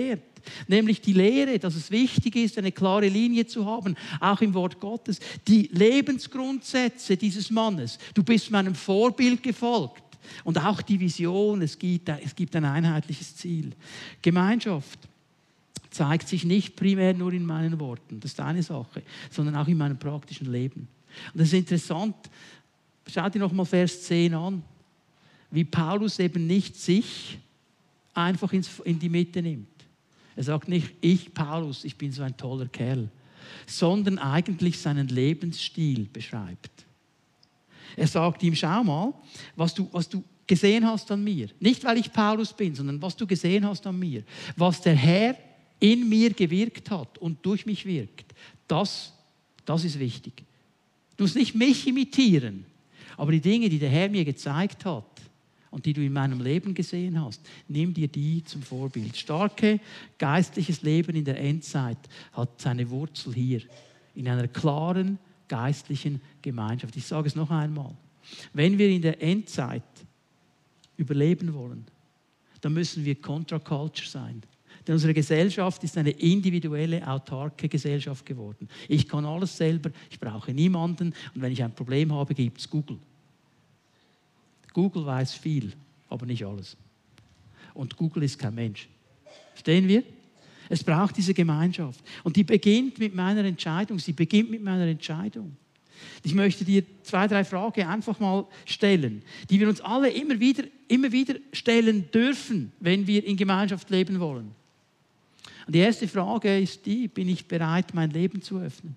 B: Nämlich die Lehre, dass es wichtig ist, eine klare Linie zu haben, auch im Wort Gottes. Die Lebensgrundsätze dieses Mannes. Du bist meinem Vorbild gefolgt. Und auch die Vision, es gibt ein einheitliches Ziel. Gemeinschaft zeigt sich nicht primär nur in meinen Worten, das ist eine Sache, sondern auch in meinem praktischen Leben. Und das ist interessant, schau dir nochmal Vers 10 an, wie Paulus eben nicht sich einfach in die Mitte nimmt. Er sagt nicht, ich Paulus, ich bin so ein toller Kerl, sondern eigentlich seinen Lebensstil beschreibt. Er sagt ihm, schau mal, was du gesehen hast an mir. Nicht, weil ich Paulus bin, sondern was du gesehen hast an mir. Was der Herr in mir gewirkt hat und durch mich wirkt, das ist wichtig. Du musst nicht mich imitieren, aber die Dinge, die der Herr mir gezeigt hat und die du in meinem Leben gesehen hast, nimm dir die zum Vorbild. Starke geistliches Leben in der Endzeit hat seine Wurzel hier, in einer klaren geistlichen Gemeinschaft. Ich sage es noch einmal. Wenn wir in der Endzeit überleben wollen, dann müssen wir Contra-Culture sein. Denn unsere Gesellschaft ist eine individuelle, autarke Gesellschaft geworden. Ich kann alles selber, ich brauche niemanden und wenn ich ein Problem habe, gibt es Google. Google weiß viel, aber nicht alles. Und Google ist kein Mensch. Verstehen wir? Es braucht diese Gemeinschaft. Und die beginnt mit meiner Entscheidung. Sie beginnt mit meiner Entscheidung. Ich möchte dir 2, 3 Fragen einfach mal stellen, die wir uns alle immer wieder stellen dürfen, wenn wir in Gemeinschaft leben wollen. Und die erste Frage ist die, bin ich bereit, mein Leben zu öffnen?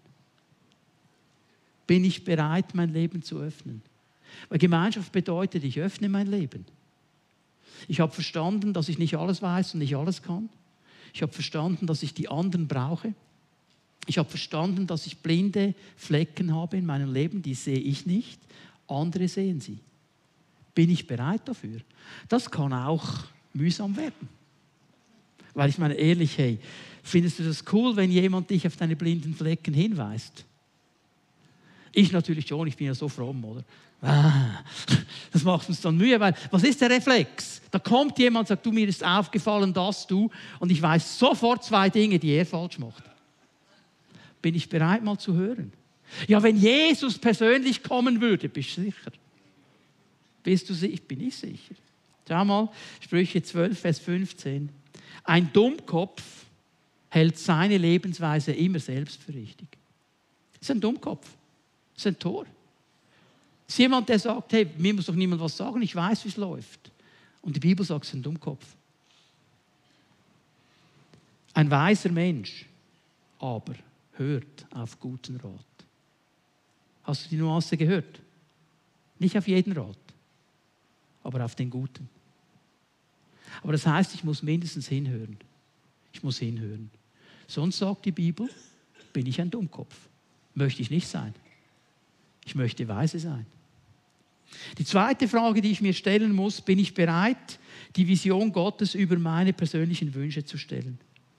B: Bin ich bereit, mein Leben zu öffnen? Weil Gemeinschaft bedeutet, ich öffne mein Leben. Ich habe verstanden, dass ich nicht alles weiß und nicht alles kann. Ich habe verstanden, dass ich die anderen brauche. Ich habe verstanden, dass ich blinde Flecken habe in meinem Leben, die sehe ich nicht, andere sehen sie. Bin ich bereit dafür? Das kann auch mühsam werden. Weil ich meine, ehrlich, hey, findest du das cool, wenn jemand dich auf deine blinden Flecken hinweist? Ich natürlich schon, ich bin ja so fromm, oder? Das macht uns dann Mühe, weil, was ist der Reflex? Da kommt jemand und sagt, du, mir ist aufgefallen, dass du, und ich weiß sofort 2 Dinge, die er falsch macht. Bin ich bereit, mal zu hören? Ja, wenn Jesus persönlich kommen würde, bist du sicher? Bist du sicher? Bin ich sicher. Schau mal, Sprüche 12, Vers 15. Ein Dummkopf hält seine Lebensweise immer selbst für richtig. Das ist ein Dummkopf. Das ist ein Tor. Das ist jemand, der sagt, hey, mir muss doch niemand was sagen, ich weiß, wie es läuft. Und die Bibel sagt, es ist ein Dummkopf. Ein weiser Mensch aber hört auf guten Rat. Hast du die Nuance gehört? Nicht auf jeden Rat, aber auf den guten. Aber das heißt, ich muss mindestens hinhören. Ich muss hinhören. Sonst sagt die Bibel, bin ich ein Dummkopf. Möchte ich nicht sein. Ich möchte weise sein. Die zweite Frage, die ich mir stellen muss, bin ich bereit, die Vision Gottes über meine persönlichen Wünsche zu stellen?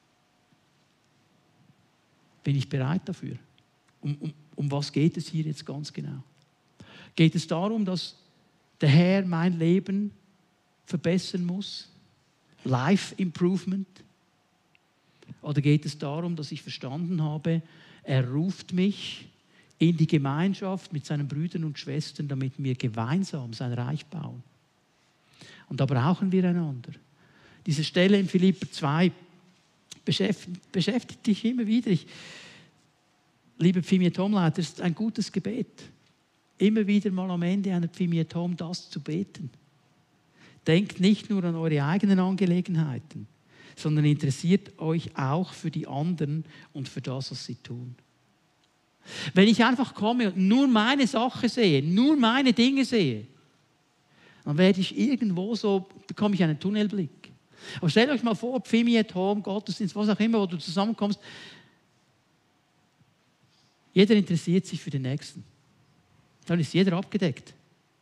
B: Bin ich bereit dafür? Um was geht es hier jetzt ganz genau? Geht es darum, dass der Herr mein Leben verbessern muss? Life Improvement? Oder geht es darum, dass ich verstanden habe, er ruft mich in die Gemeinschaft mit seinen Brüdern und Schwestern, damit wir gemeinsam sein Reich bauen. Und da brauchen wir einander. Diese Stelle in Philipper 2 beschäftigt dich immer wieder. Liebe Pfimiet-Home-Leiter, das ist ein gutes Gebet. Immer wieder mal am Ende einer Pfimiet-Home das zu beten. Denkt nicht nur an eure eigenen Angelegenheiten, sondern interessiert euch auch für die anderen und für das, was sie tun. Wenn ich einfach komme und nur meine Sache sehe, nur meine Dinge sehe, dann werde ich irgendwo so, bekomme ich einen Tunnelblick. Aber stellt euch mal vor, Pfimiet-Home, Gottesdienst, was auch immer, wo du zusammenkommst, jeder interessiert sich für den Nächsten. Dann ist jeder abgedeckt.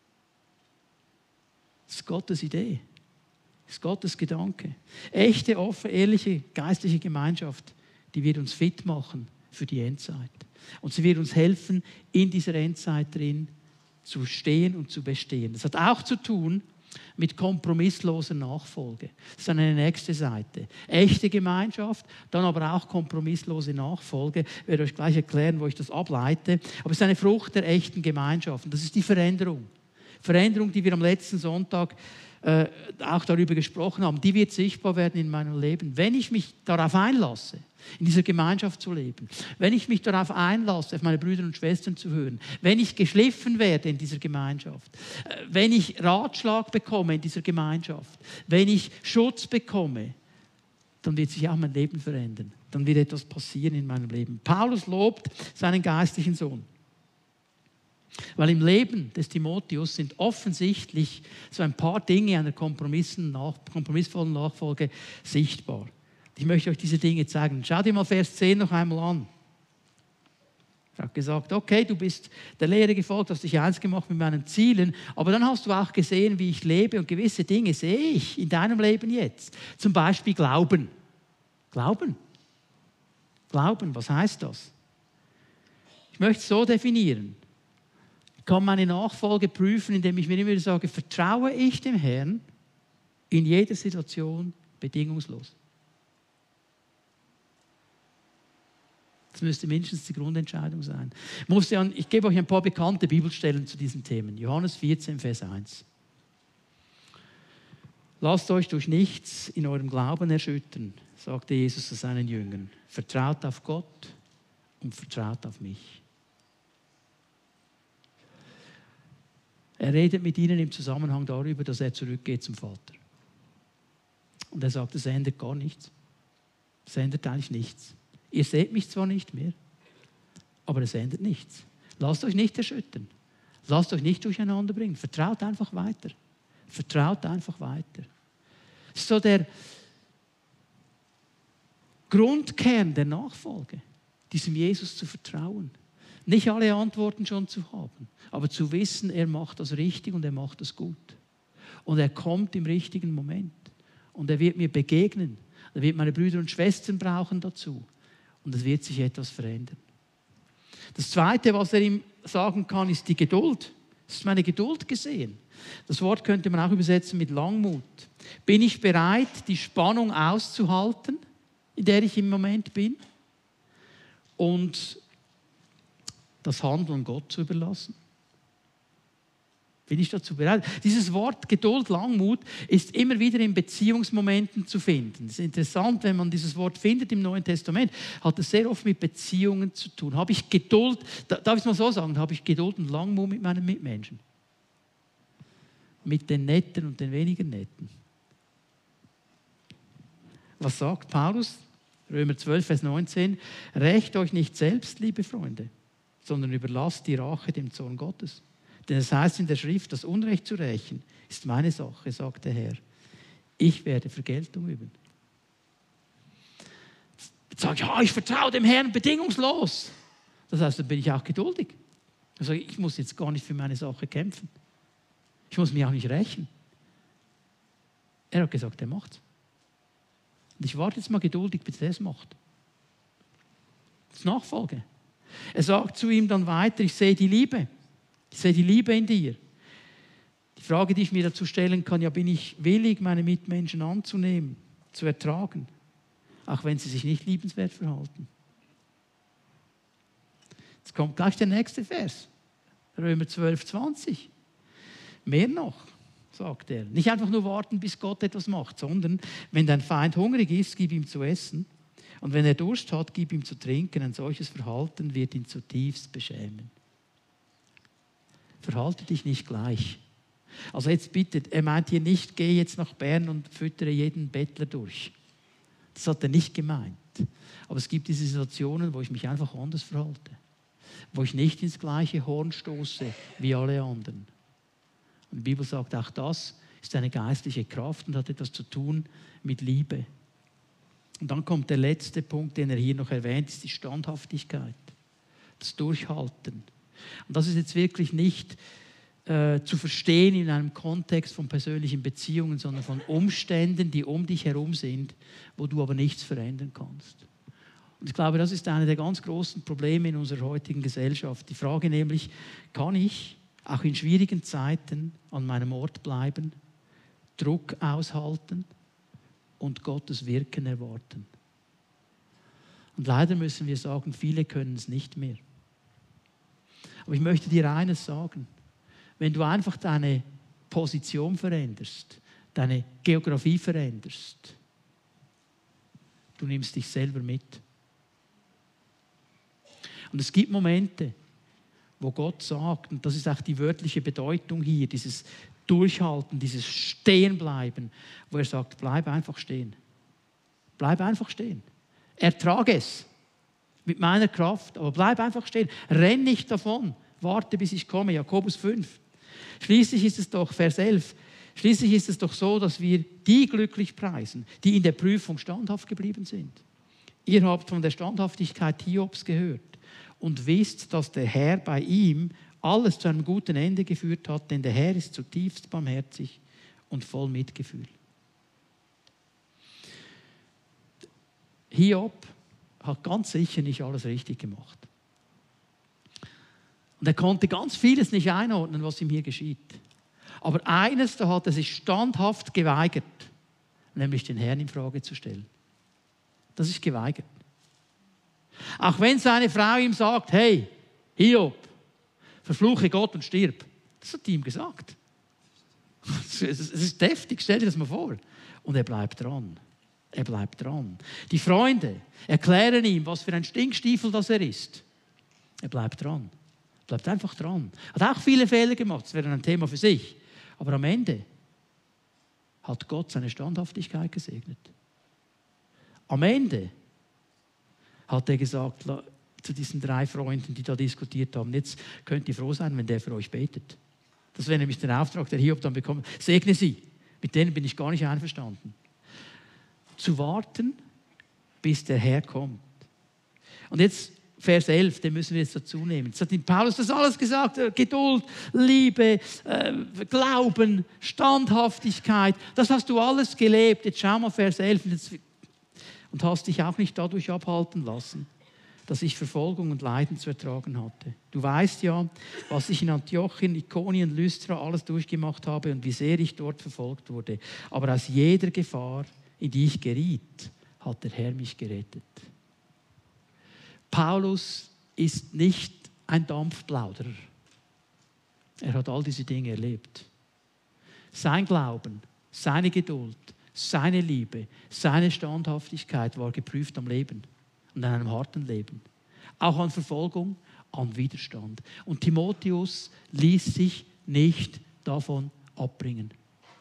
B: Das ist Gottes Idee. Das ist Gottes Gedanke. Echte, offene, ehrliche, geistliche Gemeinschaft, die wird uns fit machen für die Endzeit. Und sie wird uns helfen, in dieser Endzeit drin zu stehen und zu bestehen. Das hat auch zu tun mit kompromissloser Nachfolge. Das ist dann eine nächste Seite. Echte Gemeinschaft, dann aber auch kompromisslose Nachfolge. Ich werde euch gleich erklären, wo ich das ableite. Aber es ist eine Frucht der echten Gemeinschaft. Und das ist die Veränderung. Veränderung, die wir am letzten Sonntag auch darüber gesprochen haben, die wird sichtbar werden in meinem Leben. Wenn ich mich darauf einlasse, in dieser Gemeinschaft zu leben, wenn ich mich darauf einlasse, auf meine Brüder und Schwestern zu hören, wenn ich geschliffen werde in dieser Gemeinschaft, wenn ich Ratschlag bekomme in dieser Gemeinschaft, wenn ich Schutz bekomme, dann wird sich auch mein Leben verändern. Dann wird etwas passieren in meinem Leben. Paulus lobt seinen geistlichen Sohn. Weil im Leben des Timotheus sind offensichtlich so ein paar Dinge einer kompromissvollen Nachfolge sichtbar. Ich möchte euch diese Dinge zeigen. Schau dir mal Vers 10 noch einmal an. Er hat gesagt, okay, du bist der Lehre gefolgt, hast dich eins gemacht mit meinen Zielen, aber dann hast du auch gesehen, wie ich lebe und gewisse Dinge sehe ich in deinem Leben jetzt. Zum Beispiel Glauben. Glauben. Glauben, was heißt das? Ich möchte es so definieren. Ich kann meine Nachfolge prüfen, indem ich mir immer wieder sage, vertraue ich dem Herrn in jeder Situation bedingungslos. Das müsste mindestens die Grundentscheidung sein. Ich gebe euch ein paar bekannte Bibelstellen zu diesen Themen. Johannes 14, Vers 1. Lasst euch durch nichts in eurem Glauben erschüttern, sagte Jesus zu seinen Jüngern. Vertraut auf Gott und vertraut auf mich. Er redet mit ihnen im Zusammenhang darüber, dass er zurückgeht zum Vater. Und er sagt, es ändert gar nichts. Es ändert eigentlich nichts. Ihr seht mich zwar nicht mehr, aber es ändert nichts. Lasst euch nicht erschüttern. Lasst euch nicht durcheinander bringen. Vertraut einfach weiter. Vertraut einfach weiter. Das ist so der Grundkern der Nachfolge, diesem Jesus zu vertrauen. Nicht alle Antworten schon zu haben, aber zu wissen, er macht das richtig und er macht das gut. Und er kommt im richtigen Moment. Und er wird mir begegnen. Er wird meine Brüder und Schwestern brauchen dazu. Und es wird sich etwas verändern. Das Zweite, was er ihm sagen kann, ist die Geduld. Es ist meine Geduld gesehen. Das Wort könnte man auch übersetzen mit Langmut. Bin ich bereit, die Spannung auszuhalten, in der ich im Moment bin? Und das Handeln Gott zu überlassen? Bin ich dazu bereit? Dieses Wort Geduld, Langmut ist immer wieder in Beziehungsmomenten zu finden. Es ist interessant, wenn man dieses Wort findet im Neuen Testament, hat es sehr oft mit Beziehungen zu tun. Habe ich Geduld, darf ich es mal so sagen, habe ich Geduld und Langmut mit meinen Mitmenschen? Mit den Netten und den weniger Netten. Was sagt Paulus? Römer 12, Vers 19. Rächt euch nicht selbst, liebe Freunde, sondern überlasst die Rache dem Zorn Gottes. Denn es heißt in der Schrift, das Unrecht zu rächen, ist meine Sache, sagt der Herr. Ich werde Vergeltung üben. Jetzt sage ich, ja, ich vertraue dem Herrn bedingungslos. Das heißt, dann bin ich auch geduldig. Also ich muss jetzt gar nicht für meine Sache kämpfen. Ich muss mich auch nicht rächen. Er hat gesagt, er macht's. Und ich warte jetzt mal geduldig, bis er es macht. Das ist Nachfolge. Er sagt zu ihm dann weiter, ich sehe die Liebe. Ich sehe die Liebe in dir. Die Frage, die ich mir dazu stellen kann, ja, bin ich willig, meine Mitmenschen anzunehmen, zu ertragen, auch wenn sie sich nicht liebenswert verhalten? Jetzt kommt gleich der nächste Vers, Römer 12, 20. Mehr noch, sagt er. Nicht einfach nur warten, bis Gott etwas macht, sondern wenn dein Feind hungrig ist, gib ihm zu essen. Und wenn er Durst hat, gib ihm zu trinken. Ein solches Verhalten wird ihn zutiefst beschämen. Verhalte dich nicht gleich. Also jetzt bitte, er meint hier nicht, geh jetzt nach Bern und füttere jeden Bettler durch. Das hat er nicht gemeint. Aber es gibt diese Situationen, wo ich mich einfach anders verhalte. Wo ich nicht ins gleiche Horn stoße wie alle anderen. Und die Bibel sagt, auch das ist eine geistliche Kraft und hat etwas zu tun mit Liebe. Und dann kommt der letzte Punkt, den er hier noch erwähnt, ist die Standhaftigkeit. Das Durchhalten. Und das ist jetzt wirklich nicht zu verstehen in einem Kontext von persönlichen Beziehungen, sondern von Umständen, die um dich herum sind, wo du aber nichts verändern kannst. Und ich glaube, das ist eine der ganz großen Probleme in unserer heutigen Gesellschaft. Die Frage nämlich, kann ich auch in schwierigen Zeiten an meinem Ort bleiben Druck aushalten und Gottes Wirken erwarten. Und leider müssen wir sagen, viele können es nicht mehr. Aber ich möchte dir eines sagen. Wenn du einfach deine Position veränderst, deine Geografie veränderst, du nimmst dich selber mit. Und es gibt Momente, wo Gott sagt, und das ist auch die wörtliche Bedeutung hier, dieses Durchhalten, dieses Stehenbleiben, wo er sagt, bleib einfach stehen. Bleib einfach stehen. Ertrage es mit meiner Kraft, aber bleib einfach stehen. Renn nicht davon. Warte, bis ich komme. Jakobus 5. Schließlich ist es doch, Vers 11, schließlich ist es doch so, dass wir die glücklich preisen, die in der Prüfung standhaft geblieben sind. Ihr habt von der Standhaftigkeit Hiobs gehört und wisst, dass der Herr bei ihm alles zu einem guten Ende geführt hat, denn der Herr ist zutiefst barmherzig und voll Mitgefühl. Hiob hat ganz sicher nicht alles richtig gemacht. Und er konnte ganz vieles nicht einordnen, was ihm hier geschieht. Aber eines, da hat er sich standhaft geweigert, nämlich den Herrn in Frage zu stellen. Das ist geweigert. Auch wenn seine Frau ihm sagt, hey, Hiob, verfluche Gott und stirb. Das hat die ihm gesagt. Es ist deftig, stell dir das mal vor. Und er bleibt dran. Er bleibt dran. Die Freunde erklären ihm, was für ein Stinkstiefel das er ist. Er bleibt dran. Er bleibt einfach dran. Hat auch viele Fehler gemacht, das wäre ein Thema für sich. Aber am Ende hat Gott seine Standhaftigkeit gesegnet. Am Ende hat er gesagt zu diesen 3 Freunden, die da diskutiert haben, jetzt könnt ihr froh sein, wenn der für euch betet. Das wäre nämlich der Auftrag, der Hiob dann bekommt. Segne sie. Mit denen bin ich gar nicht einverstanden. Zu warten, bis der Herr kommt. Und jetzt Vers 11, den müssen wir jetzt dazu nehmen. Jetzt hat Paulus das alles gesagt. Geduld, Liebe, Glauben, Standhaftigkeit. Das hast du alles gelebt. Jetzt schau mal Vers 11 und hast dich auch nicht dadurch abhalten lassen, dass ich Verfolgung und Leiden zu ertragen hatte. Du weißt ja, was ich in Antiochien, Ikonien, Lystra alles durchgemacht habe und wie sehr ich dort verfolgt wurde. Aber aus jeder Gefahr, in die ich geriet, hat der Herr mich gerettet. Paulus ist nicht ein Dampfplauderer. Er hat all diese Dinge erlebt. Sein Glauben, seine Geduld, seine Liebe, seine Standhaftigkeit war geprüft am Leben und an einem harten Leben. Auch an Verfolgung, an Widerstand. Und Timotheus ließ sich nicht davon abbringen.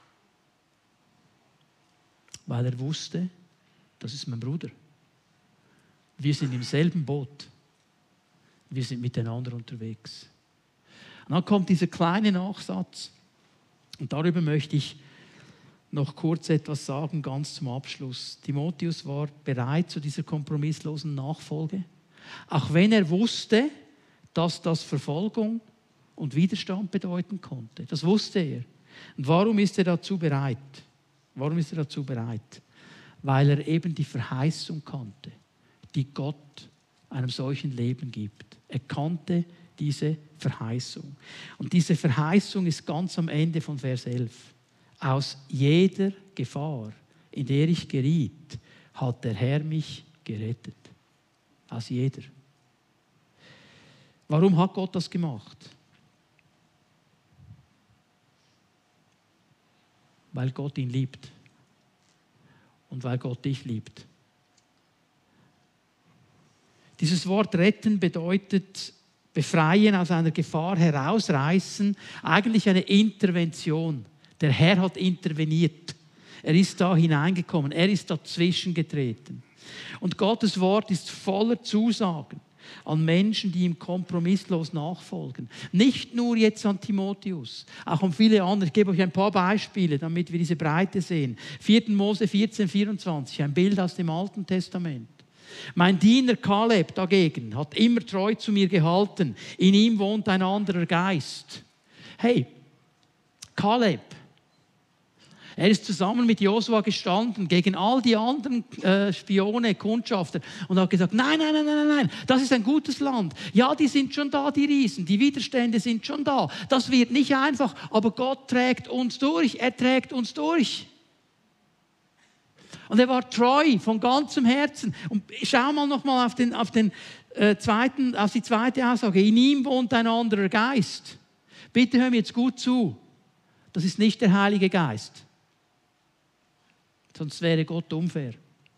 B: Weil er wusste, das ist mein Bruder. Wir sind im selben Boot. Wir sind miteinander unterwegs. Und dann kommt dieser kleine Nachsatz. Und darüber möchte ich noch kurz etwas sagen, ganz zum Abschluss. Timotheus war bereit zu dieser kompromisslosen Nachfolge, auch wenn er wusste, dass das Verfolgung und Widerstand bedeuten konnte. Das wusste er. Und warum ist er dazu bereit? Warum ist er dazu bereit? Weil er eben die Verheißung kannte, die Gott einem solchen Leben gibt. Er kannte diese Verheißung. Und diese Verheißung ist ganz am Ende von Vers 11. Aus jeder Gefahr, in der ich geriet, hat der Herr mich gerettet. Aus jeder. Warum hat Gott das gemacht? Weil Gott ihn liebt. Und weil Gott dich liebt. Dieses Wort retten bedeutet befreien, aus einer Gefahr herausreißen, eigentlich eine Intervention. Der Herr hat interveniert. Er ist da hineingekommen. Er ist dazwischen getreten. Und Gottes Wort ist voller Zusagen an Menschen, die ihm kompromisslos nachfolgen. Nicht nur jetzt an Timotheus, auch an viele andere. Ich gebe euch ein paar Beispiele, damit wir diese Breite sehen. 4. Mose 14, 24, ein Bild aus dem Alten Testament. Mein Diener Kaleb dagegen hat immer treu zu mir gehalten. In ihm wohnt ein anderer Geist. Hey, Kaleb, Er ist zusammen mit Josua gestanden gegen all die anderen Spione, Kundschafter und hat gesagt, nein, das ist ein gutes Land. Ja, die sind schon da, die Riesen, die Widerstände sind schon da. Das wird nicht einfach, aber Gott trägt uns durch, er trägt uns durch. Und er war treu von ganzem Herzen. Und schau mal nochmal auf die zweite Aussage. In ihm wohnt ein anderer Geist. Bitte hör mir jetzt gut zu. Das ist nicht der Heilige Geist. Sonst wäre Gott unfair.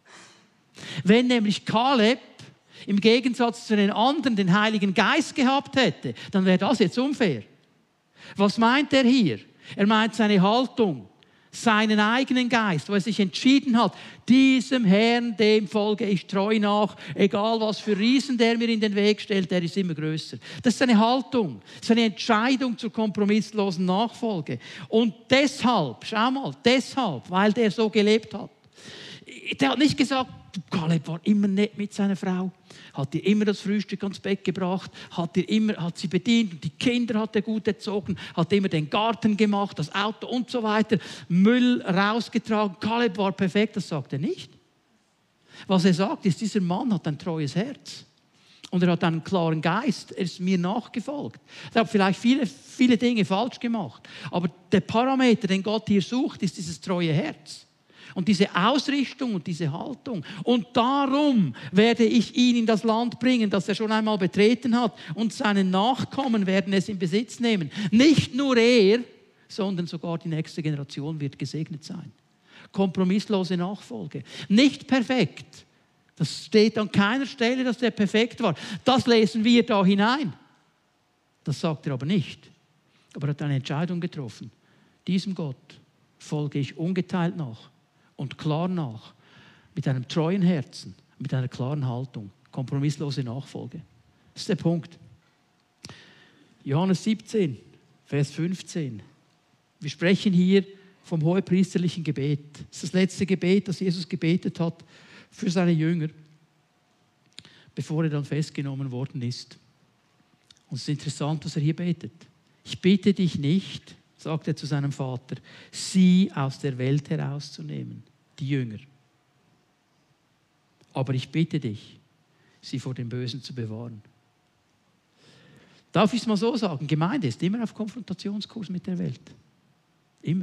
B: Wenn nämlich Kaleb im Gegensatz zu den anderen den Heiligen Geist gehabt hätte, dann wäre das jetzt unfair. Was meint er hier? Er meint seine Haltung, seinen eigenen Geist, wo er sich entschieden hat, diesem Herrn, dem folge ich treu nach, egal was für Riesen der mir in den Weg stellt, der ist immer größer. Das ist seine Haltung, seine Entscheidung zur kompromisslosen Nachfolge. Und deshalb, schau mal, weil der so gelebt hat, der hat nicht gesagt, Kaleb war immer nett mit seiner Frau, hat ihr immer das Frühstück ans Bett gebracht, hat sie bedient und die Kinder hat er gut erzogen, hat immer den Garten gemacht, das Auto und so weiter, Müll rausgetragen. Kaleb war perfekt, das sagt er nicht. Was er sagt, ist, dieser Mann hat ein treues Herz und er hat einen klaren Geist, er ist mir nachgefolgt. Er hat vielleicht viele Dinge falsch gemacht, aber der Parameter, den Gott hier sucht, ist dieses treue Herz. Und diese Ausrichtung und diese Haltung. Und darum werde ich ihn in das Land bringen, das er schon einmal betreten hat. Und seine Nachkommen werden es in Besitz nehmen. Nicht nur er, sondern sogar die nächste Generation wird gesegnet sein. Kompromisslose Nachfolge. Nicht perfekt. Das steht an keiner Stelle, dass der perfekt war. Das lesen wir da hinein. Das sagt er aber nicht. Aber er hat eine Entscheidung getroffen. Diesem Gott folge ich ungeteilt nach. Und klar nach, mit einem treuen Herzen, mit einer klaren Haltung, kompromisslose Nachfolge. Das ist der Punkt. Johannes 17, Vers 15. Wir sprechen hier vom hohepriesterlichen Gebet. Das ist das letzte Gebet, das Jesus gebetet hat für seine Jünger, bevor er dann festgenommen worden ist. Und es ist interessant, was er hier betet. Ich bitte dich nicht, sagt er zu seinem Vater, sie aus der Welt herauszunehmen, die Jünger. Aber ich bitte dich, sie vor dem Bösen zu bewahren. Darf ich es mal so sagen? Gemeinde ist immer auf Konfrontationskurs mit der Welt. Immer.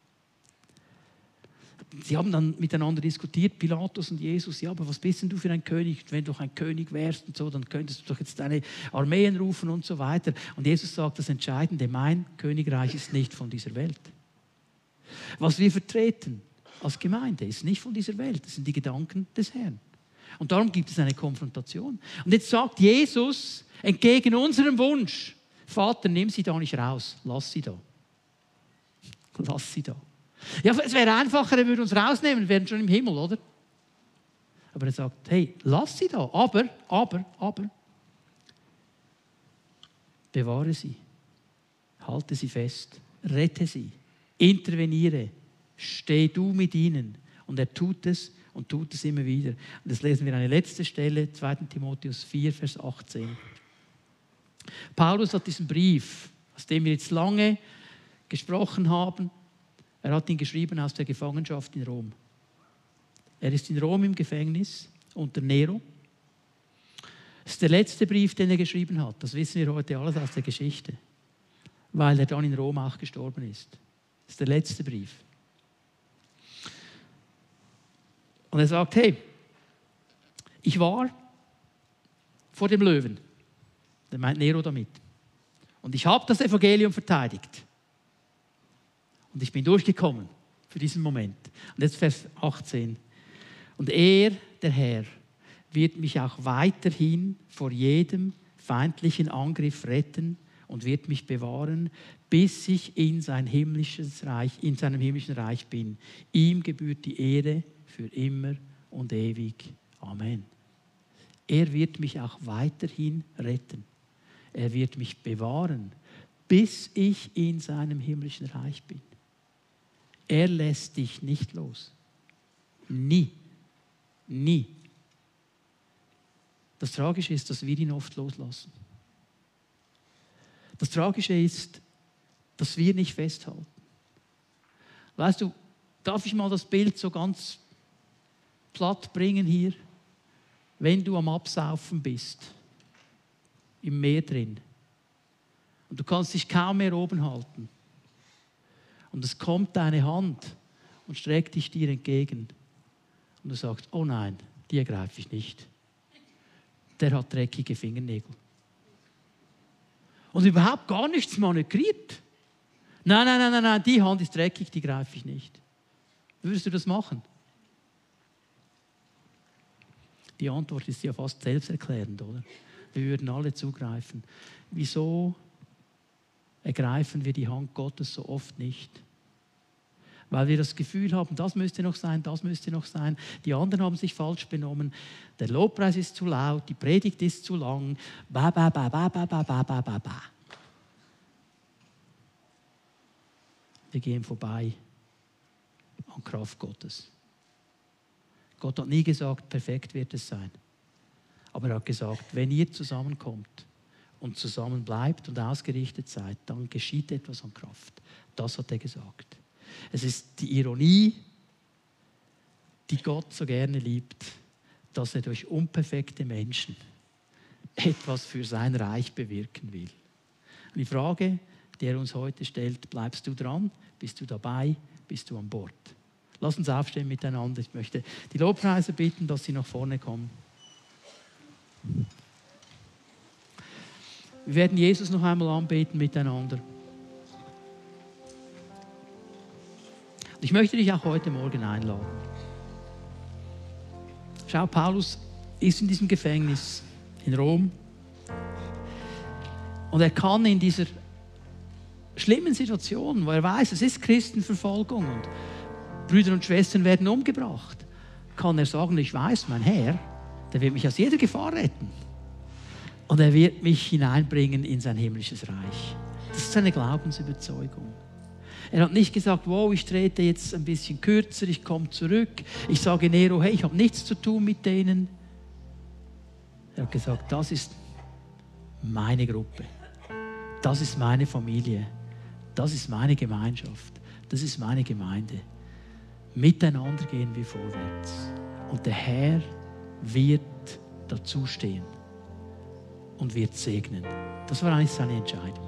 B: Sie haben dann miteinander diskutiert, Pilatus und Jesus, ja, aber was bist denn du für ein König? Wenn du doch ein König wärst und so, dann könntest du doch jetzt deine Armeen rufen und so weiter. Und Jesus sagt das Entscheidende, mein Königreich ist nicht von dieser Welt. Was wir vertreten als Gemeinde ist nicht von dieser Welt, das sind die Gedanken des Herrn. Und darum gibt es eine Konfrontation. Und jetzt sagt Jesus entgegen unserem Wunsch, Vater, nimm sie da nicht raus, lass sie da. Lass sie da. Ja, es wäre einfacher, er würde uns rausnehmen, wir wären schon im Himmel, oder? Aber er sagt, hey, lass sie da, aber, bewahre sie, halte sie fest, rette sie, interveniere, steh du mit ihnen. Und er tut es und tut es immer wieder. Und das lesen wir an der letzten Stelle, 2. Timotheus 4, Vers 18. Paulus hat diesen Brief, aus dem wir jetzt lange gesprochen haben, er hat ihn geschrieben aus der Gefangenschaft in Rom. Er ist in Rom im Gefängnis unter Nero. Das ist der letzte Brief, den er geschrieben hat. Das wissen wir heute alles aus der Geschichte. Weil er dann in Rom auch gestorben ist. Das ist der letzte Brief. Und er sagt, hey, ich war vor dem Löwen. Der meint Nero damit. Und ich habe das Evangelium verteidigt. Und ich bin durchgekommen für diesen Moment. Und jetzt Vers 18. Und er, der Herr, wird mich auch weiterhin vor jedem feindlichen Angriff retten und wird mich bewahren, bis ich in seinem himmlischen Reich bin. Ihm gebührt die Ehre für immer und ewig. Amen. Er wird mich auch weiterhin retten. Er wird mich bewahren, bis ich in seinem himmlischen Reich bin. Er lässt dich nicht los. Nie. Nie. Das Tragische ist, dass wir ihn oft loslassen. Das Tragische ist, dass wir nicht festhalten. Weißt du, Darf ich mal das Bild so ganz platt bringen hier? Wenn du am Absaufen bist, im Meer drin, und du kannst dich kaum mehr oben halten, und es kommt deine Hand und streckt dich dir entgegen, und du sagst, oh nein, die ergreife ich nicht. Der hat dreckige Fingernägel. Und überhaupt gar nichts manövriert. Nein, die Hand ist dreckig, die greife ich nicht. Würdest du das machen? Die Antwort ist ja fast selbsterklärend, oder? Wir würden alle zugreifen. Wieso ergreifen wir die Hand Gottes so oft nicht? Weil wir das Gefühl haben, das müsste noch sein, das müsste noch sein. Die anderen haben sich falsch benommen. Der Lobpreis ist zu laut, die Predigt ist zu lang. Ba. Wir gehen vorbei an Kraft Gottes. Gott hat nie gesagt, perfekt wird es sein. Aber er hat gesagt, wenn ihr zusammenkommt und zusammen bleibt und ausgerichtet seid, dann geschieht etwas an Kraft. Das hat er gesagt. Es ist die Ironie, die Gott so gerne liebt, dass er durch unperfekte Menschen etwas für sein Reich bewirken will. Und die Frage, die er uns heute stellt, bleibst du dran? Bist du dabei? Bist du an Bord? Lass uns aufstehen miteinander. Ich möchte die Lobpreiser bitten, dass sie nach vorne kommen. Wir werden Jesus noch einmal anbeten miteinander. Ich möchte dich auch heute Morgen einladen. Schau, Paulus ist in diesem Gefängnis in Rom und er kann in dieser schlimmen Situation, wo er weiß, es ist Christenverfolgung und Brüder und Schwestern werden umgebracht, kann er sagen, ich weiß, mein Herr, der wird mich aus jeder Gefahr retten und er wird mich hineinbringen in sein himmlisches Reich. Das ist seine Glaubensüberzeugung. Er hat nicht gesagt, wow, ich trete jetzt ein bisschen kürzer, ich komme zurück. Ich sage Nero, hey, ich habe nichts zu tun mit denen. Er hat gesagt, das ist meine Gruppe. Das ist meine Familie. Das ist meine Gemeinschaft. Das ist meine Gemeinde. Miteinander gehen wir vorwärts. Und der Herr wird dazustehen und wird segnen. Das war eigentlich seine Entscheidung.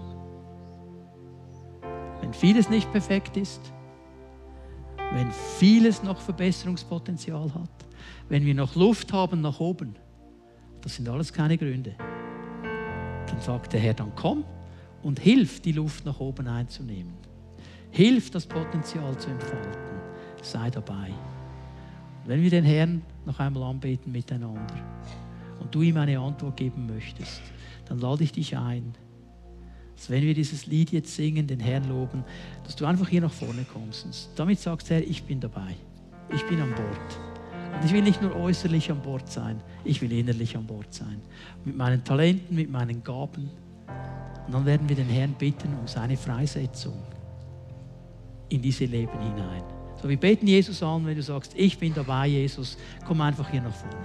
B: Wenn vieles nicht perfekt ist, wenn vieles noch Verbesserungspotenzial hat, wenn wir noch Luft haben nach oben, das sind alles keine Gründe. Dann sagt der Herr, dann komm und hilf, die Luft nach oben einzunehmen. Hilf, das Potenzial zu entfalten. Sei dabei. Und wenn wir den Herrn noch einmal anbeten miteinander und du ihm eine Antwort geben möchtest, dann lade ich dich ein, dass wenn wir dieses Lied jetzt singen, den Herrn loben, dass du einfach hier nach vorne kommst und damit sagst, Herr, ich bin dabei, ich bin an Bord. Und ich will nicht nur äußerlich an Bord sein, ich will innerlich an Bord sein. Mit meinen Talenten, mit meinen Gaben. Und dann werden wir den Herrn bitten um seine Freisetzung in diese Leben hinein. So, wir beten Jesus an, wenn du sagst, ich bin dabei, Jesus, komm einfach hier nach vorne.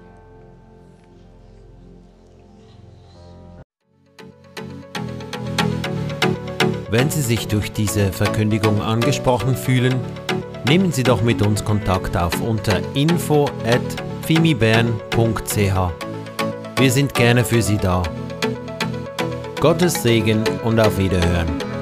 A: Wenn Sie sich durch diese Verkündigung angesprochen fühlen, nehmen Sie doch mit uns Kontakt auf unter info@fimibern.ch. Wir sind gerne für Sie da. Gottes Segen und auf Wiederhören.